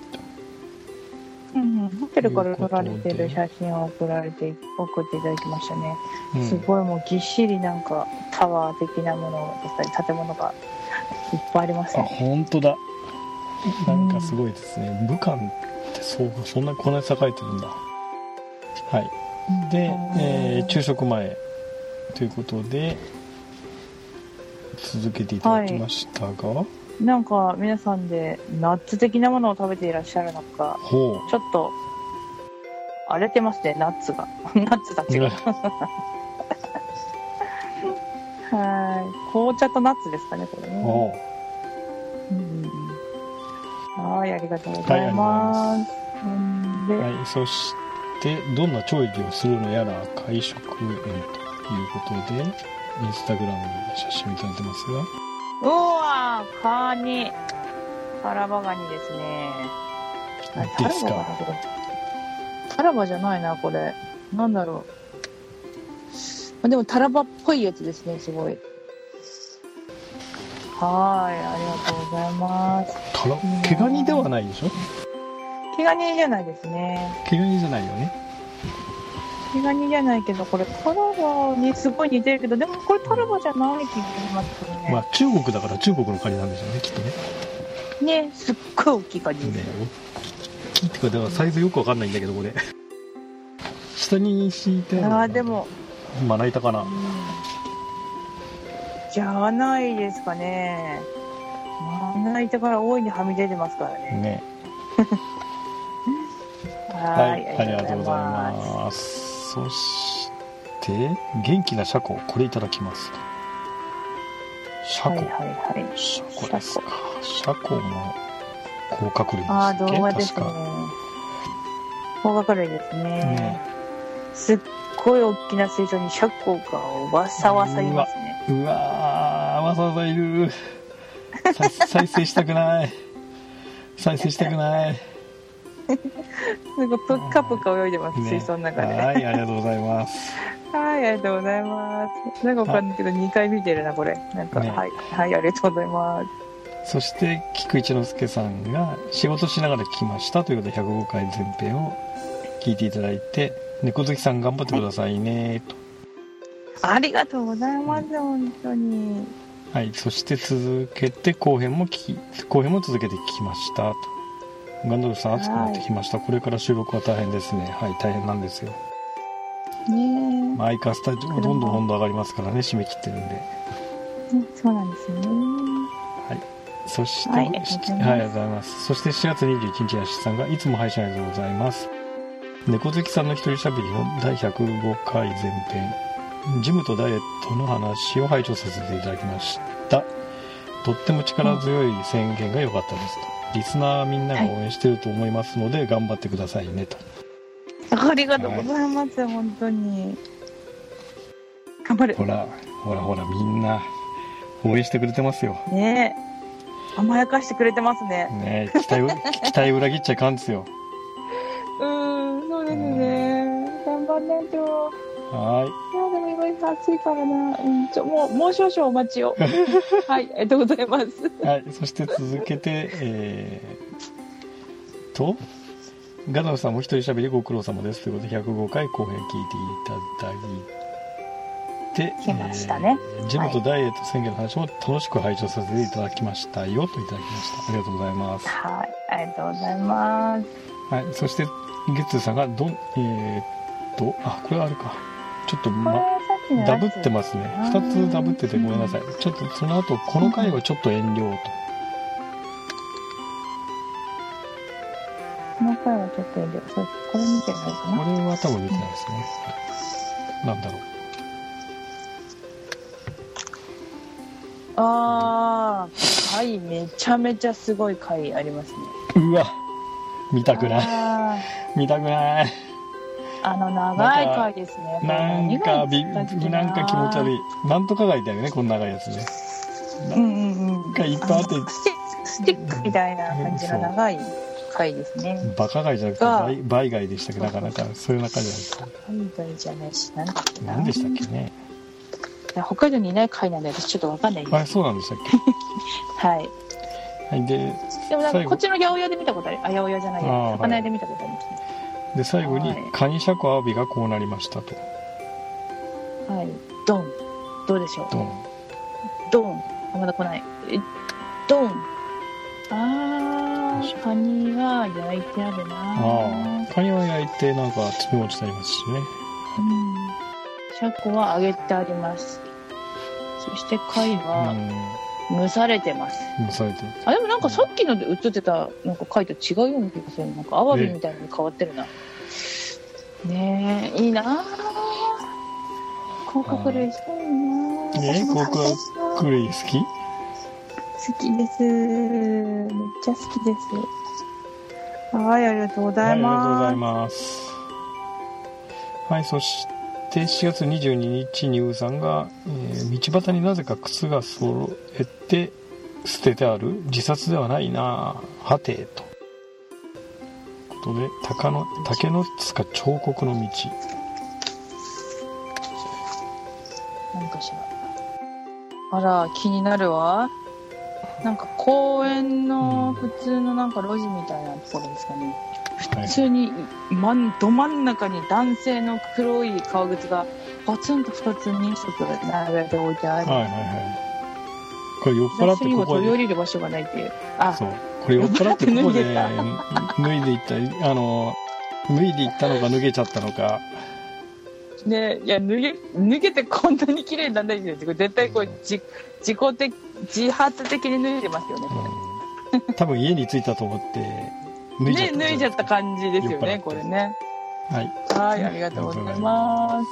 ホテルから撮られてる写真を送っていただきましたね。すごいもうぎっしりなんかタワー的なものだったり建物がいっぱいありますね。 あ、本当だ。なんかすごいですね。武漢ってそんなこんなに栄えてるんだ。はい。で、昼食前ということで続けていただきましたが、はい、 なんか皆さんでナッツ的なものを食べていらっしゃるのか、ちょっと荒れてますね、ナッツがナッツたちがはい、紅茶とナッツですかね、これね。はい、ありがとうございます。 はい、そしてどんな調理をするのやら会食園ということでインスタグラムに写真をいただいてますが、 うわー、カニ、タラバガニですね。 ですか。 タラバじゃないな、これ。なんだろう。でもタラバっぽいやつですね、すごい。はい、ありがとうございます。 毛ガニではないでしょ？ 毛ガニじゃないですね。 毛ガニじゃないよね。 毛ガニじゃないけど、これタラバにすごい似てるけど、でもこれタラバじゃない気がしますけどね。 まあ中国だから中国のカニなんでしょうね、きっとね。ね、すっごい大きいカニですね。 大きいってか、だからサイズよくわかんないんだけど、これ下に敷いてあるのかな。 でもまな板かな、 じゃないですかね。まな板から大いにはみ出てますからね。 はい、ありがとうございます。そして元気なシャコ、これいただきます。シャコ、シャコですか。シャコも甲殻類ですっけ？ あ、動画ですね。甲殻類ですね。すっごい大きな水槽にシャコがわさわさいますね。 うわー、わさわさいる。再生したくない。再生したくない。 すごいぷっかぷか泳いでます、水槽の中で。 はい、ありがとうございます。 はい、ありがとうございます。なんかわかんないけど2回見てるな、これ。なんか、はい、ありがとうございます。 そして菊一之輔さんが仕事しながら聞きましたということで105回前編を聞いていただいて、猫好きさん頑張ってくださいねと。 ありがとうございます、本当に。 はい、そして続けて後編も続けて聞きましたと。ガンドルフさん暑くなってきました、これから収録は大変ですね。はい、大変なんですよね。マイカスタジオどんどん温度上がりますからね、締め切ってるんで。 そうなんですよね。 はい、そして、はい、ありがとうございます。そして4月21日やしさんがいつも配信ありがとうございます。猫好きさんの一人しゃべりの第105回前編、ジムとダイエットの話を拝聴させていただきました。とっても力強い宣言が良かったですと。リスナーみんなが応援してると思いますので、頑張ってくださいねと。 ありがとうございます、本当に頑張る。 ほらみんな応援してくれてますよね。甘やかしてくれてますね。 ね、期待裏切っちゃいかんですよ。 そうですね。頑張んないと。 はい。 いや、でも今暑いからな。もう少々お待ちを。はい、ありがとうございます。 はい、そして続けて、ガダムさんも一人喋りご苦労様ですということで105回後編聞いていただいて、 来ましたね。 ジムとダイエット宣言の話も楽しく拝聴させていただきましたよといただきました。ありがとうございます。 はい、ありがとうございます。 はい、そしてゲッツーさんがこれあるか。ちょっとダブってますね。2つダブっててごめんなさい。ちょっとその後この回はちょっと遠慮と。 この回はちょっと遠慮。そう、これ見てないかな。 これは多分見てないですね。なんだろう。 回めちゃめちゃすごい回ありますね。 うわ、見たくない。 長い回ですね。 なんか気持ち悪い。なんとか回だよね、この長いやつね。がいっぱいあって。 スティックみたいな感じの長い回ですね。 バカ回じゃなくて倍回でしたけど、なかなかそういう中では。 倍回じゃないし、 何でしたっけね。 北海道にいない回なんで私ちょっとわかんないです。 あれ、そうなんでしたっけ。 はい。 はい、でもなんかこっちの八百屋で見たことある。八百屋じゃないや、魚屋で見たことありますね。 で最後にカニシャコアワビがこうなりましたと。 はい、ドン。どうでしょう。ドン。まだ来ない。ドン。カニは焼いてあるな。 カニは焼いてなんか包み落ちてありますしね。 シャコは揚げてあります。そして貝は蒸されてます。 蒸されてる。 でもなんかさっきので映ってたなんか貝と違うような気がする。なんかアワビみたいに変わってるな。ねえ、いいな。甲殻類したいな。 甲殻類好き？ 好きです。めっちゃ好きです。はい、ありがとうございます。 ありがとうございます。はい、そして4月22日にウーさんが、道端になぜか靴が揃えて捨ててある。自殺ではないな。はてと。ということで、竹の塚彫刻の道。 何かしら。あら、気になるわ。なんか公園の普通のなんか路地みたいなところですかね。普通にど真ん中に男性の黒い革靴がポツンと2つ2足並べて置いてある。 これ酔っ払ってここで飛び降りる場所がないっていう。 そう。これ酔っ払ってここで脱いでいった脱いでいったのか脱げちゃったのか。 ね、いや脱げてこんなに綺麗にならないんですよ。絶対こう自発的に脱いでますよね。 多分家に着いたと思って脱いじゃった感じですよね、これね。はい、ありがとうございます。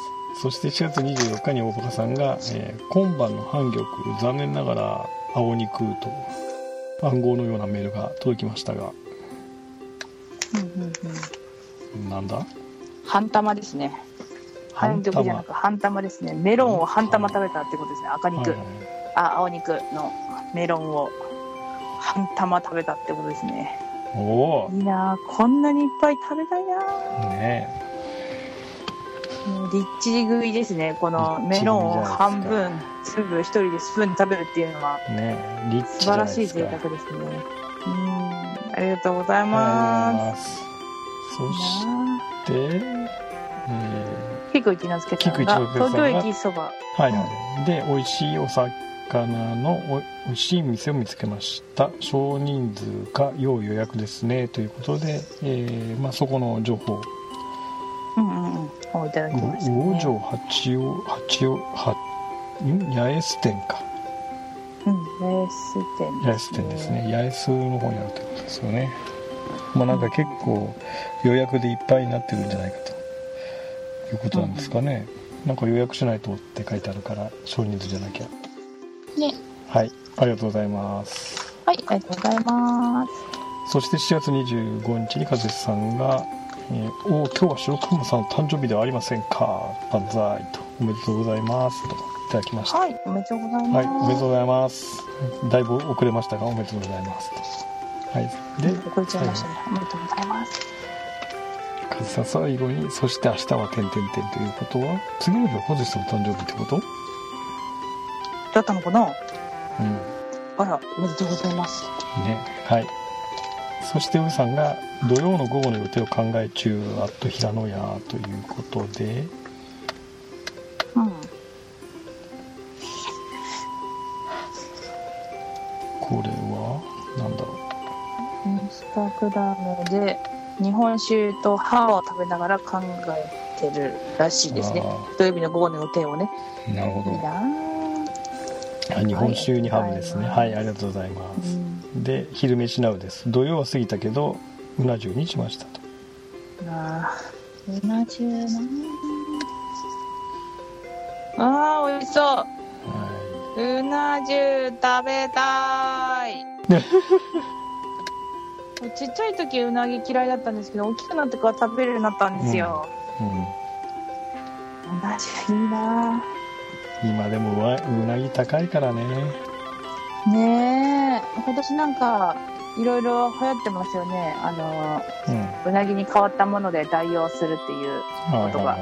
そして4月24日に大バカさんが、今晩の反玉残念ながら青肉と暗号のようなメールが届きましたが、なんだ？ 半玉ですね。半玉じゃなく半玉ですね。メロンを半玉食べたってことですね。赤肉、青肉のメロンを半玉食べたってことですね。いいな、こんなにいっぱい食べたいな。ねえ。もうリッチ食いですね。このメロンを半分全部一人でスプーンで食べるっていうのは、素晴らしい贅沢ですね。ありがとうございます。 そして菊一之輔さんが東京駅そばで美味しいお魚の美味しい店を見つけました。少人数か要予約ですねということで、そこの情報をいただきましたね。 魚城八尾八重洲店か。八重洲店ですね。八重洲の方にあるということですよね。なんか結構予約でいっぱいになってるんじゃないかということなんですかね。なんか予約しないとって書いてあるから少人数じゃなきゃね。はい、ありがとうございます。 はい、ありがとうございます。 そして7月25日に和志さんが、今日は白熊さんの誕生日ではありませんか。万歳とおめでとうございますといただきました。 はい、おめでとうございます。 はい、おめでとうございます。だいぶ遅れましたがおめでとうございますと。はい、で遅れちゃいましたね。おめでとうございます。 和志さん最後に、そして明日は点々点ということは次の日は和志さんの誕生日ってことだったのかな。あら、おめでとうございますね。はい。そしてウさんが土曜の午後の予定を考え中平野屋ということで、これはなんだろう。 インスタグラムで日本酒と歯を食べながら考えてるらしいですね。土曜日の午後の予定をね。 なるほど。 いいな。 日本酒にハムですね。はい、ありがとうございます。で、昼飯ナウです。土曜は過ぎたけどうな重にしましたと。 うな重な。美味しそう。うな重食べたい。ちっちゃい時うなぎ嫌いだったんですけど、大きくなってから食べれるようになったんですよ。うな重いいな。 今でもうなぎ高いからね。 ねえ、今年なんかいろいろ流行ってますよね。うなぎに変わったもので代用するっていうことが。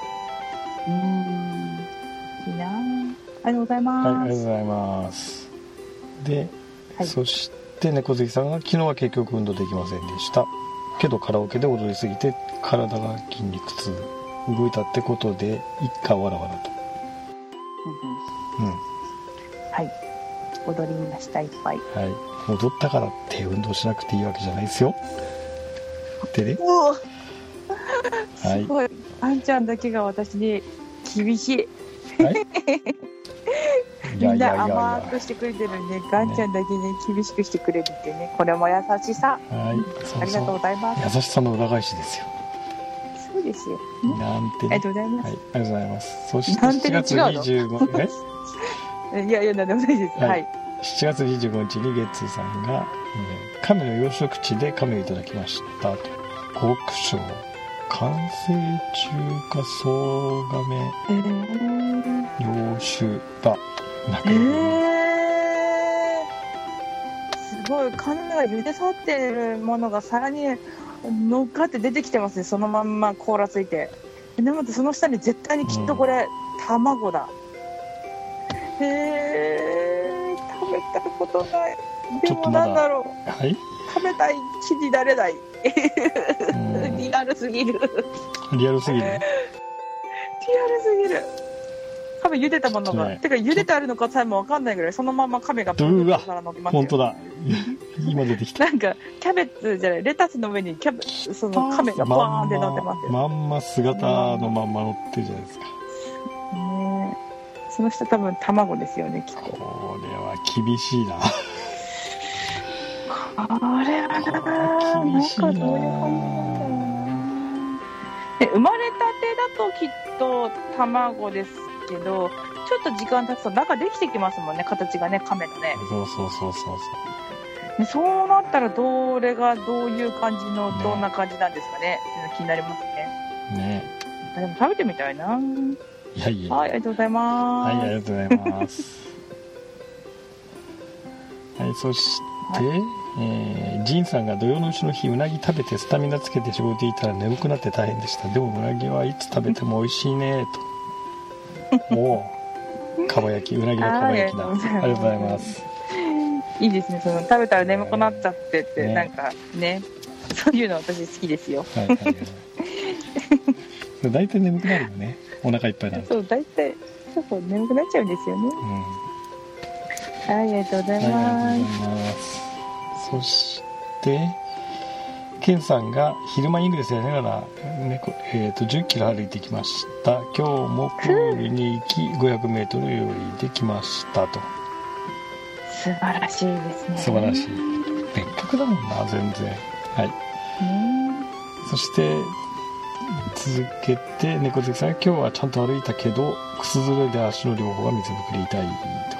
いいな。ありがとうございます。 はい、ありがとうございます。で、そしして猫好きさんが昨日は結局運動できませんでしたけどカラオケで踊りすぎて体が筋肉痛動いたってことで一家わらわらと、 はい踊りましたいっぱい。 はい、踊ったからって運動しなくていいわけじゃないですよってね。 はい、すごいあんちゃんだけが私に厳しい、はい、みんな甘くしてくれてるね。ガンちゃんだけね厳しくしてくれるってね、これも優しさ、はい、ありがとうございます。 優しさの裏返しですよ。 そうですよ、 なんて、ね、 ありがとうございます、はい、 ありがとうございます。そして7月25日いやなんでもないです、はい、 7月25日にゲッツーさんが、亀の養殖地で亀をいただきましたと。国賞完成中華総亀養種だ、 すごい亀が茹で去っているものがさらに乗っかって出てきてますね。そのまんま甲羅ついて、でもその下に絶対にきっとこれ、卵だ。食べたことない。でもなんだろう、 はい、 食べたい気になれないリアルすぎるリアルすぎる亀茹でたものが、てか茹でてあるのかさえも分かんないぐらいそのまま亀がうわ本当だ今出てきたなんかキャベツじゃないレタスの上にその亀がバーンって乗ってますよ。 まんま姿のまんま乗ってるじゃないですか、 その下多分卵ですよねきっと。 これは厳しいなこれは厳しいな。 生まれたてだときっと卵ですけど、ちょっと時間経つと中できてきますもんね、形がね、亀のね。そうなったらどれがどういう感じの、どんな感じなんですかね、気になりますね。でも食べてみたいな。 いやいや、 はい、ありがとうございます。 はい、ありがとうございますはい、そして、ジンさんが土曜のうちの日うなぎ食べてスタミナつけて仕事行ったら眠くなって大変でした。でもうなぎはいつ食べても美味しいねとおお、かば焼き、うなぎのかば焼きだ。ありがとうございます。 いいですね、その食べたら眠くなっちゃってって、なんかね、そういうの私好きですよ。はいはいはい大体眠くなるよね、お腹いっぱいになると。 そう、大体そう眠くなっちゃうんですよね。はい、ありがとうございます。 そしてケンさんが昼間イングレスやりながら、10キロ歩いてきました。今日もプールに行き 500m 泳いできましたと。 素晴らしいですね。 素晴らしい。別格だもんな全然。はい。そして続けて猫好きさんが今日はちゃんと歩いたけど靴ずれで足の両方が水ぶくれ痛いと。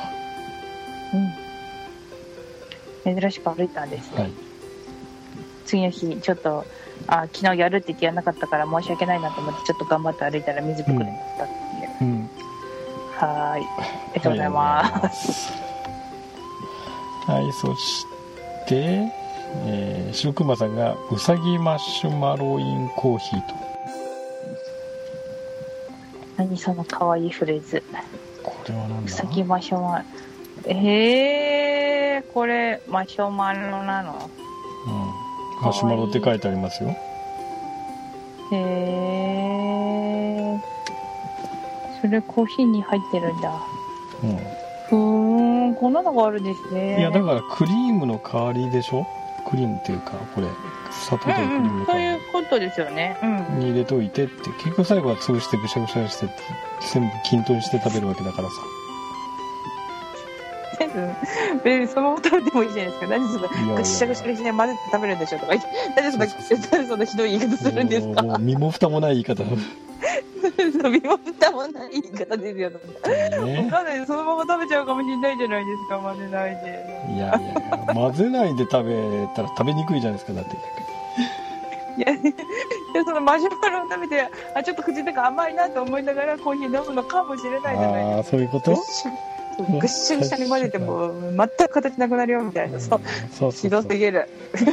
珍しく歩いたんですよ、はい、次の日ちょっと昨日やるって言ってやらなかったから申し訳ないなと思ってちょっと頑張って歩いたら水ぶくれになったっていう、はい、ありがとうございます。 はい、そして白熊さんがうさぎマシュマロインコーヒーと。 何そのかわいいフレーズ。 これは何だ。 うさぎマシュマロ、これマシュマロなの？ マシュマロって書いてありますよ。 それコーヒーに入ってるんだ。こんなのがあるんですね。 いやだからクリームの代わりでしょ。クリームっていうかこれ砂糖とクリームの代わり、 そういうことですよね、 に入れといてって結局最後は潰してぐしゃぐしゃにして全部均等にして食べるわけだからさ。 そのまま食べてもいいじゃないですか。何そのぐしゃぐしゃにして混ぜて食べるんでしょとか言って、何そんなひどい言い方するんですか。 もう身も蓋もない言い方身も蓋もない言い方ですよ、分かんない。そのまま食べちゃうかもしれないじゃないですか、混ぜないで。 いや混ぜないで食べたら食べにくいじゃないですか。だっていやそのマシュマロを食べてちょっと口の中甘いなと思いながらコーヒー飲むのかもしれないじゃないですか。 そういうこと。 ぐっしゃぐしゃに混ぜても全く形なくなるよみたいな。そうひどすぎる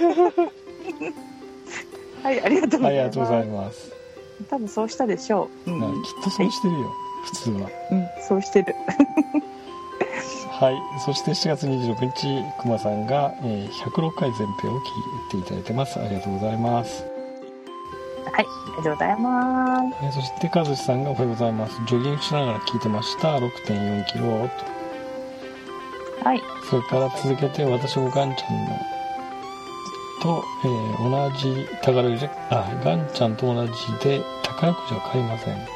はい、ありがとうございます。 ありがとうございます。 多分そうしたでしょう、 きっとそうしてるよ、普通は。 そうしてるはい、そして7月26日くまさんが、106回前編を聞いていただいてます。ありがとうございます。 はい、ありがとうございます。 そしてかずしさんがおはようございます。ジョギングしながら聞いてました。 6.4 キロと。はい。それから続けて私もガンちゃんのと、同じ宝くじ、ガンちゃんと同じで宝くじは買いません。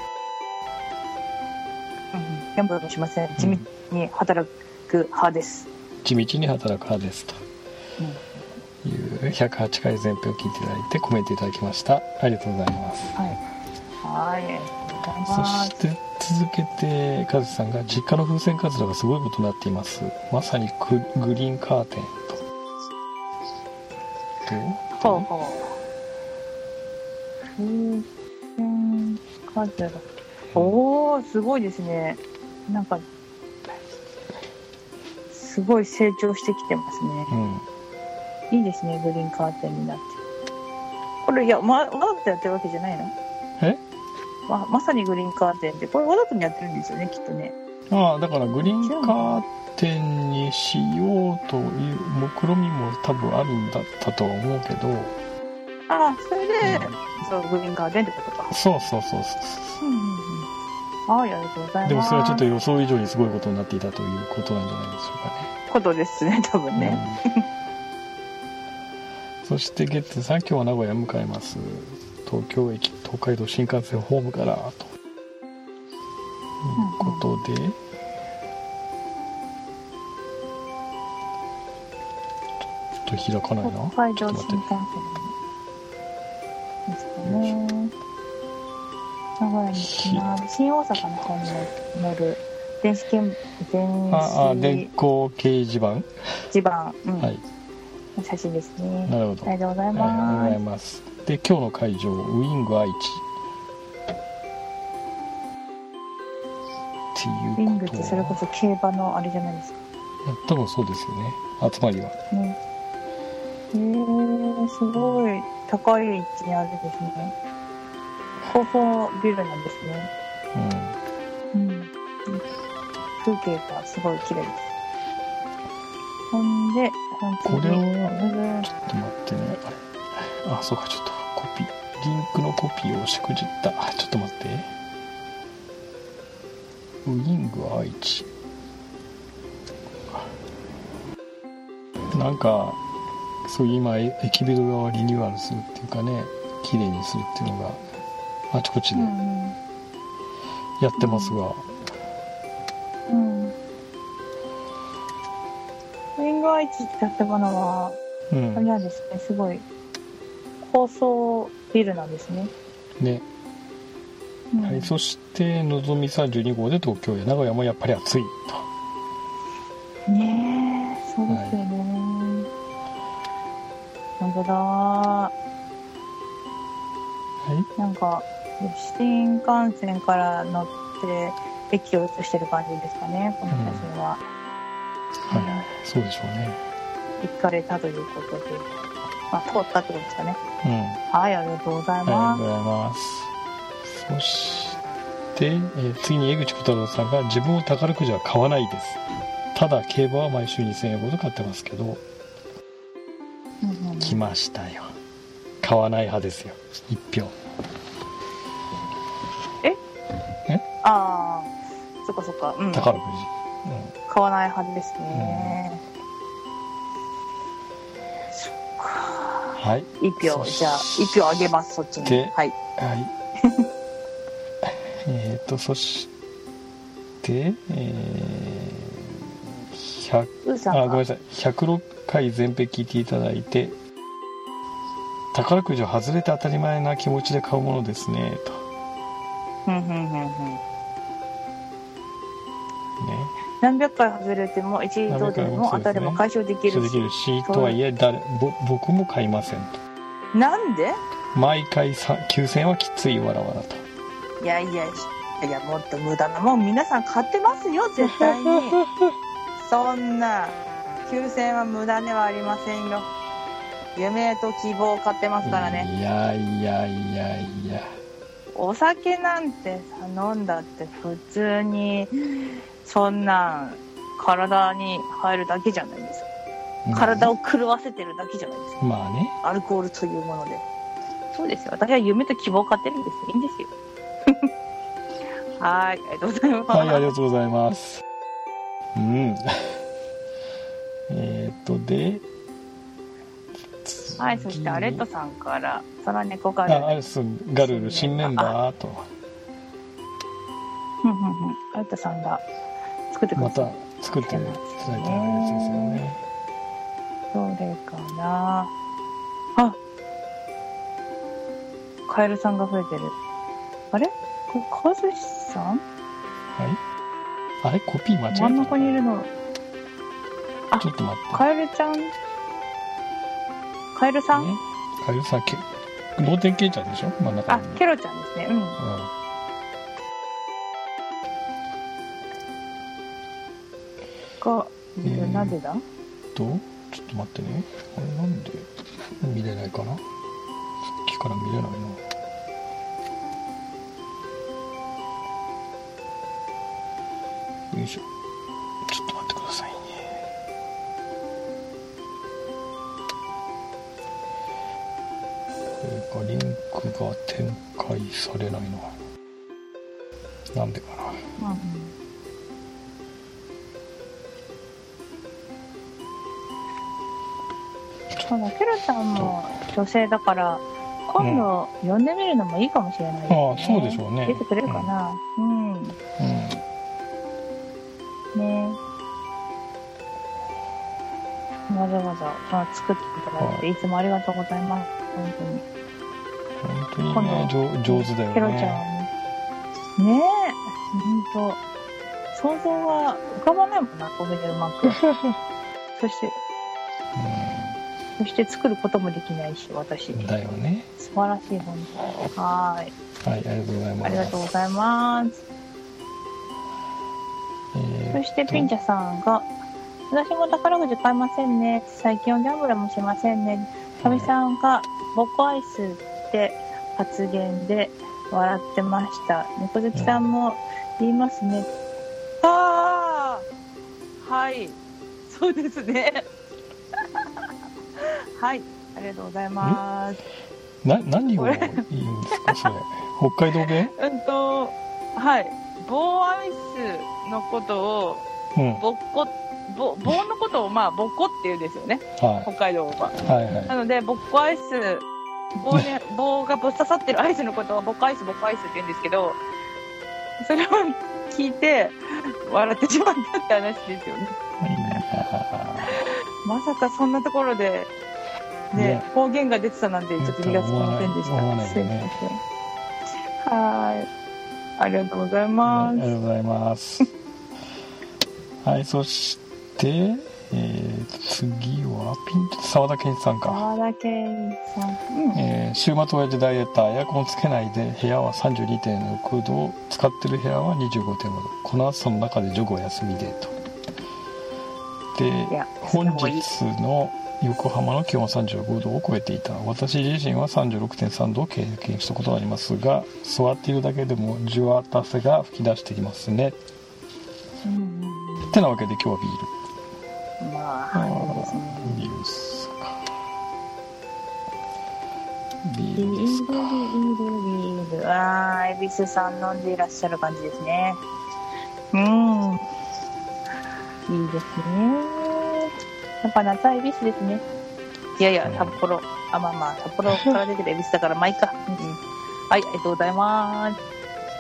ギャンブルもしません。地道に働く派です。 地道に働く派ですという108回前編を聞いていただいてコメントいただきました。ありがとうございます。はい、ありがとうございます。そして続けてカズさんが実家の風船カズラがすごいことになっています。まさにグリーンカーテンと。ほうほう。風船カズラ。おー、すごいですね。なんかすごい成長してきてますね。いいですね、グリーンカーテンになって。これわざとやってるわけじゃないの？まさにグリーンカーテンってこれわざとやってるんですよね、きっとね。だからグリーンカーテンにしようという目論みも多分あるんだったとは思うけど。それで、そうグリーンカーテンってことか。そう。ありがとうございます。でもそれはちょっと予想以上にすごいことになっていたということなんじゃないでしょうかね。ことですね、多分ね。そしてゲッツさん、今日は名古屋向かいます。東京駅、東海道新幹線ホームからということで、ちょっと開かないな。北海道新幹線ですかね。名古屋に新大阪の方に乗る電子電光掲示板はい、写真ですね。なるほど。ありがとうございます。ありがとうございます。で、今日の会場ウイング愛知っていうことは、ウイングってそれこそ競馬のあれじゃないですか。多分そうですよね、集まりは。すごい高い位置にあるんですね。高層ビルなんですね。風景がすごい綺麗です。ほんで、これはちょっと待ってね。そうか、ちょっとリンクのコピーをしくじった。ちょっと待って。ウイング愛知。なんかそういう今駅ビルをリニューアルするっていうかね、綺麗にするっていうのがあちこちでやってますが、ウイング愛知って建物は、あれなんですね、すごい高層ビルなんですね。はい、そしてのぞみ32号で東京や名古屋もやっぱり暑いと。ねえ、そうですよね。本当だ。なんか新幹線から乗って駅を映してる感じですかね、この写真は。そうでしょうね。行かれたということで、通ったってことですかね。はい、ありがとうございます。ありがとうございます。そして、次に江口小太郎さんが自分を宝くじは買わないです。ただ競馬は毎週2000円ほど買ってますけど、来ましたよ。買わない派ですよ、1票。そっかそっか、宝くじ、買わない派ですね。そっか。はい。1票、じゃあ1票あげます、そっちに。はい。そして、ごめんなさい、106回全編聞いていただいて、宝くじは外れて当たり前な気持ちで買うものですねと。何百回外れても一度でも当たれば解消できるし、とはいえ僕も買いませんと。なんで？毎回9000円はきつい、わらわらと。いやもっと無駄なもん皆さん買ってますよ、絶対に。そんな9000円は無駄ではありませんよ。夢と希望を買ってますからね。いやお酒なんて飲んだって普通にそんなん体に入るだけじゃないですか。体を狂わせてるだけじゃないですか。 まあね。 アルコールというもので。そうですよ。私は夢と希望を買ってるんですよ。いいんですよ。はい、ありがとうございます。 はい、ありがとうございます。うん。で、 はい、そしてアレットさんから空猫ガルル。 アレスガルル新メンバーと。 アレットさんが作ってくれてまた作っていただいたやつですよね。 どれかなあ、カエルさんが増えてる。あれこれカズシさん？はい。 あれコピー間違えた。 真ん中にいるの。あ、 ちょっと待って。 カエルちゃん。カエルさん？ カエルさん、ローテンケイちゃんでしょ真ん中に。 あ、ケロちゃんですね。うん。なぜだ？ ちょっと待ってね。これなんで見れないかな？さっきから見れないな。よいしょ。ちょっと待ってくださいね。これがリンクが展開されないの。なんでかな。 そうだ、ケロちゃんも女性だから今度呼んでみるのもいいかもしれないですね。 ああ、そうでしょうね。 出てくれるかな。ね、わざわざ作っていただいていつもありがとうございます。 本当にね、上手だよね。 ケロちゃんねえ、本当想像が浮かばないもんな、これでうまく。そして作ることもできないし、私。 だよね。 素晴らしい、本当。はい。 はい、ありがとうございます。 ありがとうございます。そしてピンチャさんが、私も宝くじ買いませんね。最近はギャンブルもしませんね。かみさんが、ボッコアイスって発言で笑ってました。猫好きさんも言いますね。はい。そうですね。はい、ありがとうございます。 何を言うんですか、それ。北海道弁？ はい。棒アイスのことを、棒のことを、ボッコって言うんですよね。はい、北海道は。なので、ボッコアイス、棒がぶっ刺さってるアイスのことをボッコアイスって言うんですけど、それを聞いて、笑ってしまったって話ですよね。まさかそんなところで、方言が出てたなんてちょっと気がつきませんでした。すいません。はい。ありがとうございます。 ありがとうございます。はい、そして、次は沢田健一さんか。 沢田健一さん。 週末親父ダイエッター、エアコンつけないで部屋は 32.6 度、使ってる部屋は 25.5 度。この暑さの中でジョグは休みでと。で、本日の横浜の気温は35度を超えていた。私自身は 36.3 度を経験したことがありますが、座っているだけでもじゅわっと汗が吹き出してきますね。ってなわけで今日はビール。ビールですか。ビールですか。 ビール。恵比寿さん飲んでいらっしゃる感じですね。いいですね。やっぱ夏は恵比寿ですね。いやいや、札幌。札幌から出てる恵比寿だから、いいか。はい、ありがとうございます。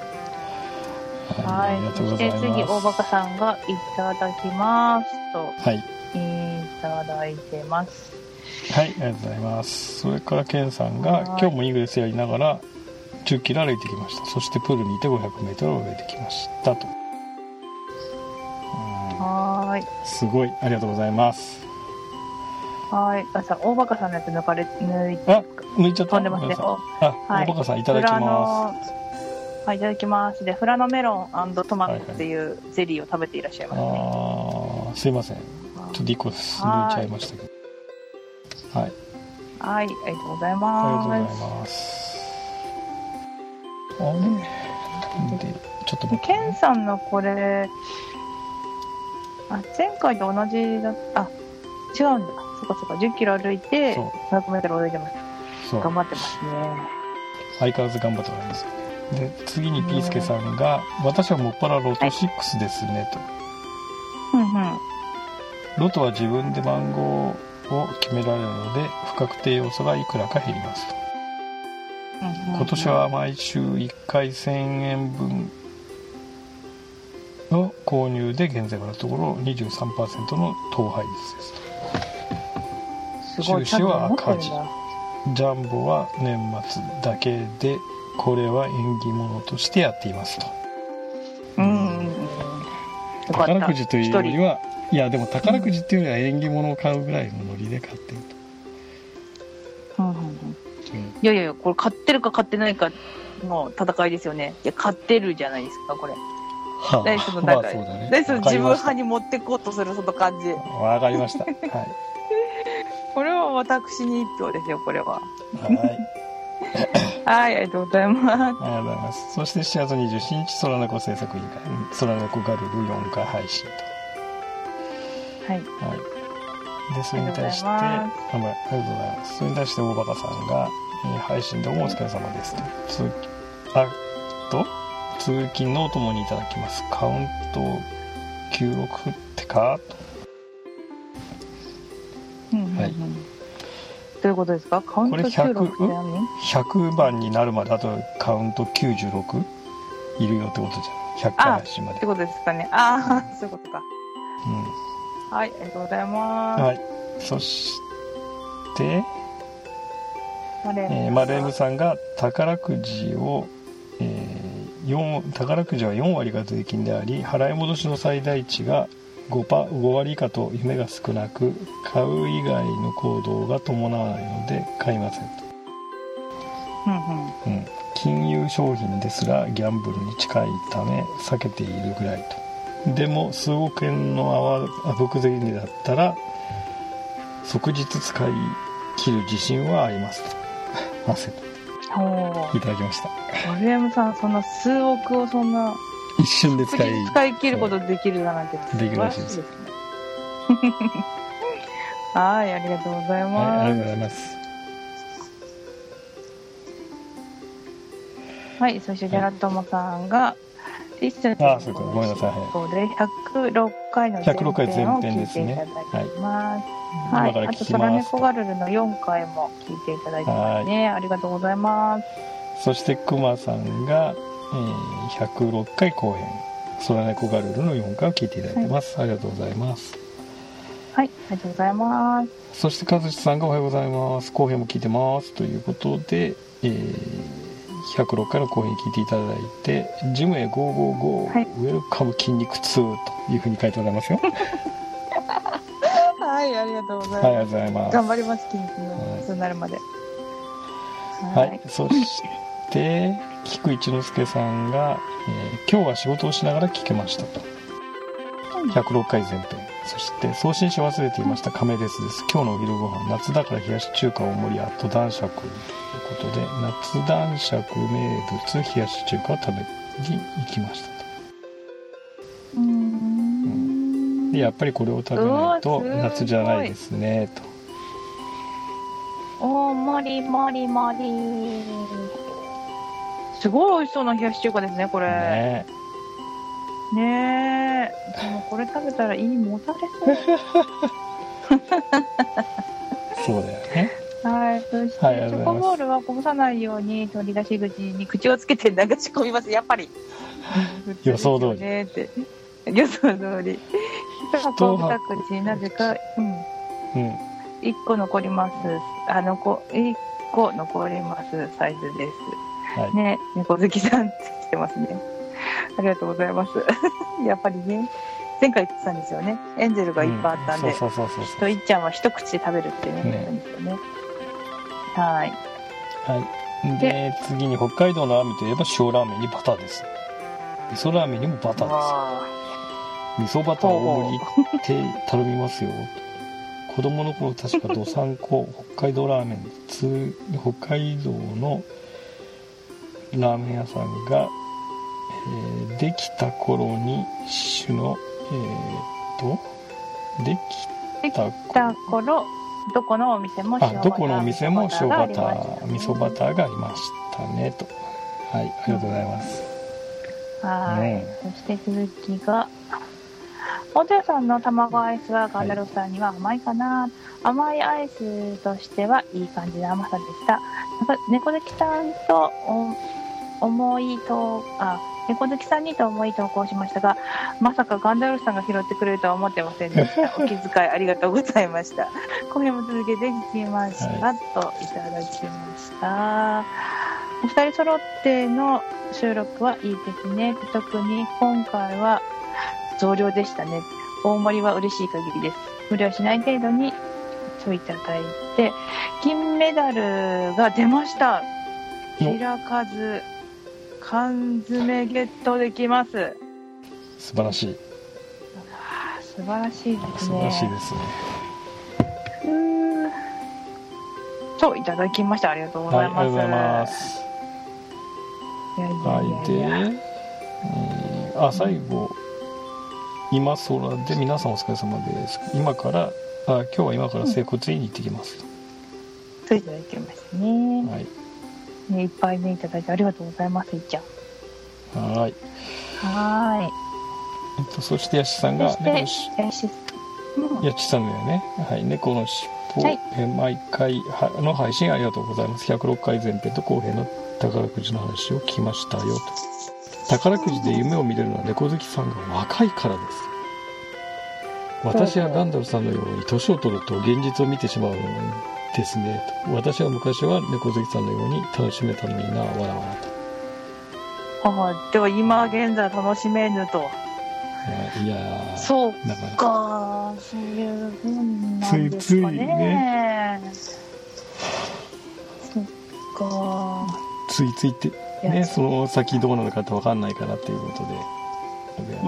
はい。そして次、大バカさんがいただきますと。はい。いただいてます。 はい、ありがとうございます。それからケンさんが、今日もイーグレスやりながら10キロ歩いてきました。そしてプールにいて500メートルを泳いできましたと。 はい。 すごい、ありがとうございます。 はい。大バカさんのやつ抜いちゃった。 飛んでますね。 大バカさんいただきます。 はい、いただきます。で、フラノメロン&トマトっていうゼリーを食べていらっしゃいますね。 すいません。ちょっと1個進んでちゃいましたけど。はい。 はい、ありがとうございます。 ありがとうございます。で、ちょっと待って。 ケンさんのこれ、 前回と同じだった。違うんだ。そっか10キロ歩いて100メートル歩いてます。頑張ってますね。 相変わらず頑張っておられますよね。で次にピースケさんが、私はもっぱらロト6ですねと。ロトは自分で番号を決められるので不確定要素がいくらか減りますと。今年は毎週1回1000円分の購入で現在のところ 23% の当配率ですと。収支は赤字。ジャンボは年末だけで、これは縁起物としてやっていますと。宝くじというよりは、いやでも宝くじっていうよりは縁起物を買うぐらいのノリで買ってると。 いやいや、これ買ってるか買ってないかの戦いですよね。いや、買ってるじゃないですか、これ。 まあそうだね。 自分派に持ってこうとするその感じ。 わかりました。はい。 これは私に一票ですよ、これは。 はい。 はい、ありがとうございます。ありがとうございます。そして7月27日、空猫製作委員会、空猫ガルル4回配信と。はい。 はい。で、それに対して、ありがとうございます。それに対して、大バカさんが、配信どうもお疲れ様ですと。通勤のお供にいただきます。カウント96ってかと。はい。 どういうことですか？カウント96って何 ？100番になるまであとカウント96いるよってことじゃん。100回配信まで。 ってことですかね。ああ、そういうことか。はい、ありがとうございます。 はい。そして、マレームさんが宝くじは4割が税金であり、払い戻しの最大値が5割以下と夢が少なく、買う以外の行動が伴わないので買いませんと。金融商品ですらギャンブルに近いため避けているぐらいと。でも数億円のあぶく銭だったら即日使い切る自信はありますと。いただきました。 丸山さん、そんな数億をそんな一瞬で使い切ることできるだなんてできるらしいですね。 はい、ありがとうございます。 はい、ありがとうございます。 はい、そしてジャラトモさんが、 そうか、ごめんなさい。 そうで106回の前編を聞いていただきます。はい、あと空猫ガルルの4回も聞いていただいてますね。ありがとうございます。 そしてクマさんが、106回後編空猫ガルルの4回を聞いていただいてます。ありがとうございます。 はい、ありがとうございます。 そして和志さんがおはようございます。後編も聞いてますということで、106回の後編聞いていただいて、ジムへ555、はい、ウェルカム筋肉痛というふうに書いておられますよ。 はい、ありがとうございます。 はい、ありがとうございます。 頑張ります、筋肉痛になるまで。 はい、そして菊一之輔さんが、今日は仕事をしながら聞けましたと。106回前編。そして送信し忘れていました亀ですです。今日のお昼ご飯、夏だから冷やし中華大盛りあと男爵ということで、夏男爵名物冷やし中華を食べに行きましたと。でやっぱりこれを食べないと夏じゃないですねと。 おー、もりもりもり。すごい美味しそうな冷やし中華ですね、これ。ねえ。でもこれ食べたら胃にもたれそう。 そうだよね。 はい。そして、チョコボールはこぼさないように取り出し口に口をつけて流し込みます。やっぱり。 予想通り。 予想通り。一箱二口、なぜか、1個残ります。1個残りますサイズです。はい、ね、猫好きさんって来てますね。ありがとうございます。やっぱりね、前回言ってたんですよね。エンゼルがいっぱいあったんで、いっちゃんは一口で食べるってね、言ったんですよね。はい。 はい。で、次に北海道のラーメンといえば塩ラーメンにバターです。味噌ラーメンにもバターです。味噌バター大盛りって頼みますよ。子供の頃確かどさんこ北海道ラーメン、北海道のラーメン屋さんが、できた頃に種の、 できた頃、どこのお店も塩バター味噌バターがありましたねと。はい、ありがとうございます。 はい、そして続きが、お父さんの卵アイスはガンダルフさんには甘いかな。甘いアイスとしてはいい感じの甘さでした。猫好きさんと猫好きさんにと思い投稿しましたが、まさかガンダルフさんが拾ってくれるとは思ってませんでした。お気遣いありがとうございました。後編も続けて聞きました、といただきました。お二人揃っての収録はいいですね。特に今回は増量でしたね。大盛りは嬉しい限りです。無理はしない程度にといただいて、金メダルが出ました。開かず缶詰ゲットできます。 素晴らしい。 素晴らしいですね。 素晴らしいですね。 といただきました。ありがとうございます。 はい、ありがとうございます。最後、今空で皆さんお疲れ様です。今日は今から整骨院に行ってきます。 といただきましたね。はい。いっぱいねいただいてありがとうございます。いっちゃん。 はい。そしてヤシさんがヤシさんだよね。はい。猫のしっぽ、毎回の配信ありがとうございます。106回前編と後編の宝くじの話を聞きましたよと。宝くじで夢を見れるのは猫好きさんが若いからです。私はガンダルさんのように年を取ると現実を見てしまうのですねと。私は昔は猫好きさんのように楽しめたのにな、わらわらと。では今現在楽しめぬと。 いやそうか、そういうふうなんですかね。そっか。 ついついってね、その先どうなるかって分かんないからっていうことで。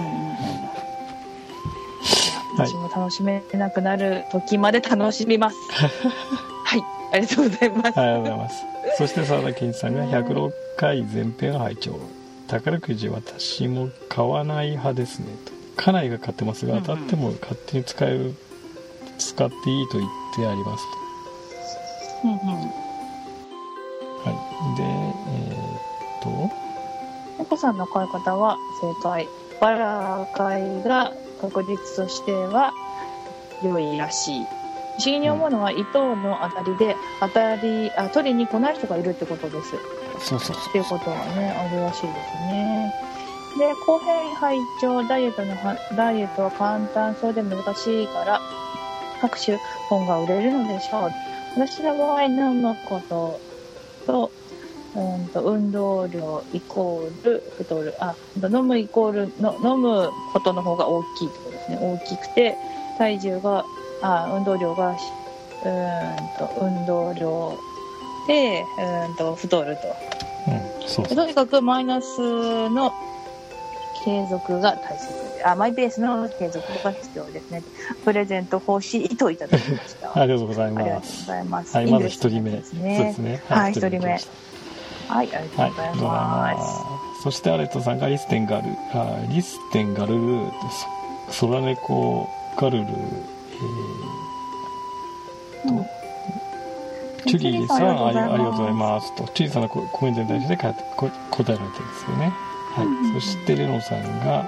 私も楽しめなくなる時まで楽しみます。はい、ありがとうございます。 ありがとうございます。そして沢田健一さんが106回前編拝聴。宝くじ私も買わない派ですねと。家内が買ってますが、当たっても勝手に使っていいと言ってありますと。はい。で、 猫さんの買い方は正解。バラ買いが確率としては良いらしい。不思議に思うのは、糸の当たりで取りに来ない人がいるってことです。 そうっていうことはね、あるらしいですね。で、後編拝聴、ダイエットは簡単そうで難しいから各種本が売れるのでしょう。私の場合、飲むことと運動量イコール太る。飲むイコール飲むことの方が大きいってことですね。大きくて体重が運動量が運動量で太ると。とにかくマイナスの継続が大切で、マイペースの継続が必要ですね。プレゼント欲しいといただきました。 ありがとうございます。 ありがとうございます。 はい、まず一人目ですね。そうですね。 はい、一人目。はい、ありがとうございます。 そしてアレットさんがリステンガルルーソラネコガルルチュリーさんありがとうございますと。チュリーさんのコメントに対して答えられてるんですよね。はい。そしてレノさんが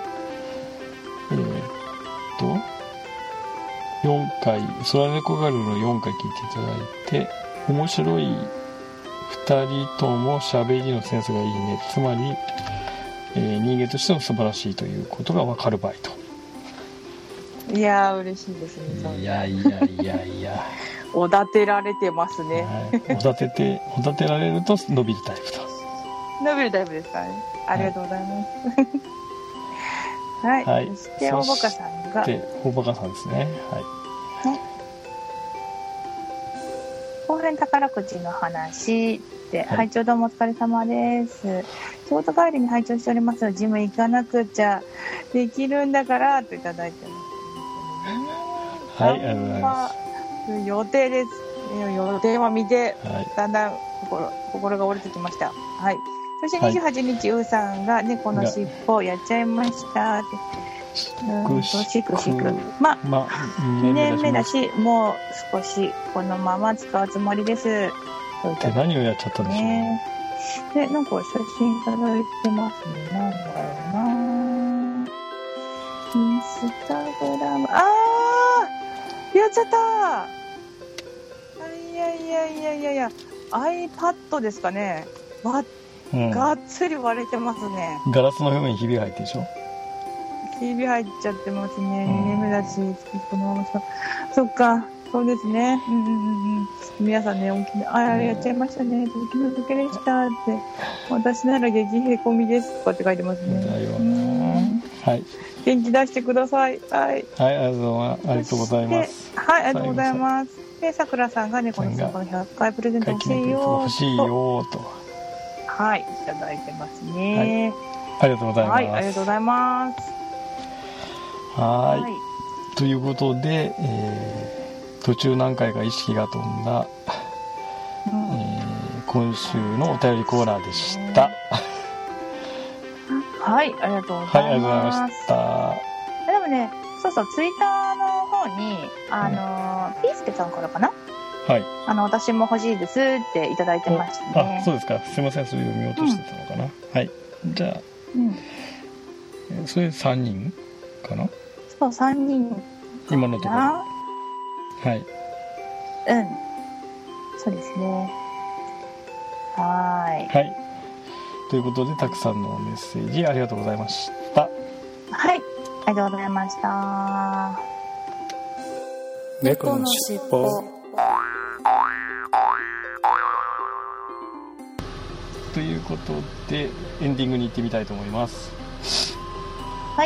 4回ソラネコガルルの4回聞いていただいて、面白い2人とも喋りのセンスがいいね。つまり、人間としても素晴らしいということが分かる場合と。 いやー、嬉しいですね。 いやおだてられてますね。 はい、おだてられると伸びるタイプと。 伸びるタイプですかね。ありがとうございます。はい。はい、そして大バカさんが。 大バカさんですね。はい。 後編宝くじの話で、拝聴どうもお疲れ様です。仕事帰りに拝聴しておりますので、ジム行かなくちゃできるんだからといただいてます。 はい、ありがとうございます。 予定です。予定は見て、だんだん心が折れてきました。はい。そして28日、ウーさんが猫の尻尾やっちゃいましたって。 しく2年目だし、もう少しこのまま使うつもりです。で何をやっちゃったんでしょうね。 で、なんか写真いただいてますね。なんだろうな。インスタグラム。やっちゃった。いや。iPad ですかね。がっつり割れてますね。 ガラスの表面にひびが入ってるでしょ。 ひび入っちゃってますね。2年目だし、このままそっか、そうですね。皆さんね、やっちゃいましたね。お気の毒でしたって。私なら激へこみですとかって書いてますね。 だよな。はい。 元気出してください。はい。 はい、ありがとうございます。 はい、ありがとうございます。で、さくらさんがね、この100回プレゼント欲しいよと。はい、いただいてますね。 ありがとうございます。 はい、ありがとうございます。 はい。ということで、途中何回か意識が飛んだ、今週のお便りコーナーでした。 はい、ありがとうございます。はい、ありがとうございました。でもね、そう、ツイッターの方に、ピースケさんからかな？はい。私も欲しいですっていただいてましたね。 そうですか。すいません、それ読み落としてたのかな。はい。じゃあ、それ3人かな？ そう、3人。 今のところ。はい。 そうですね。はい。 ということで、たくさんのメッセージありがとうございました。はい。 ありがとうございました。 猫のしっぽ。ということで、エンディングに行ってみたいと思います。 はい。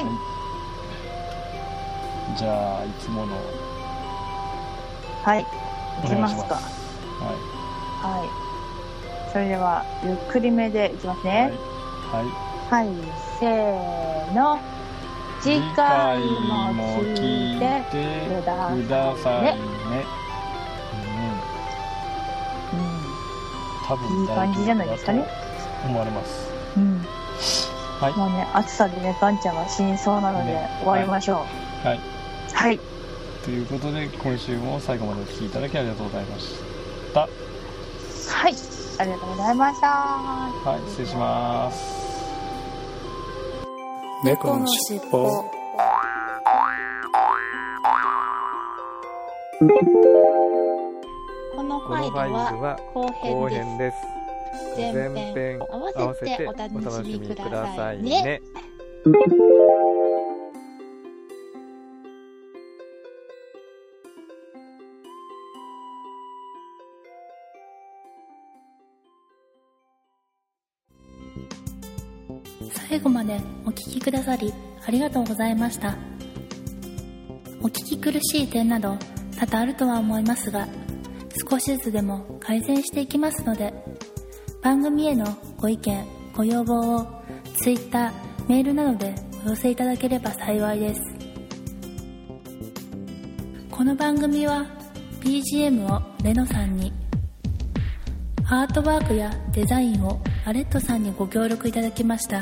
じゃあ、いつもの。 はい。いきますか。はい。それでは、ゆっくりめでいきますね。はい。せーの。次回も聞いてくださいね。 多分いい感じじゃないですかね。 思われます。 もうね、暑さでね、ガンちゃんが死にそうなので、終わりましょう。はい。 ということで、今週も最後までお聞きいただきありがとうございました。はい。 ありがとうございました。 はい、失礼します。猫のしっぽ。 このファイルは後編です。前編合わせてお楽しみくださいね。 最後までお聞きくださりありがとうございました。お聞き苦しい点など多々あるとは思いますが、少しずつでも改善していきますので、番組へのご意見ご要望を Twitter、メールなどでお寄せいただければ幸いです。この番組は BGM をレノさんに、アートワークやデザインをアレットさんにご協力いただきました。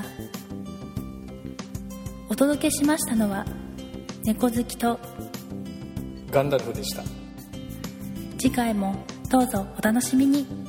お届けしましたのは猫好きとガンダルフでした。 次回もどうぞお楽しみに。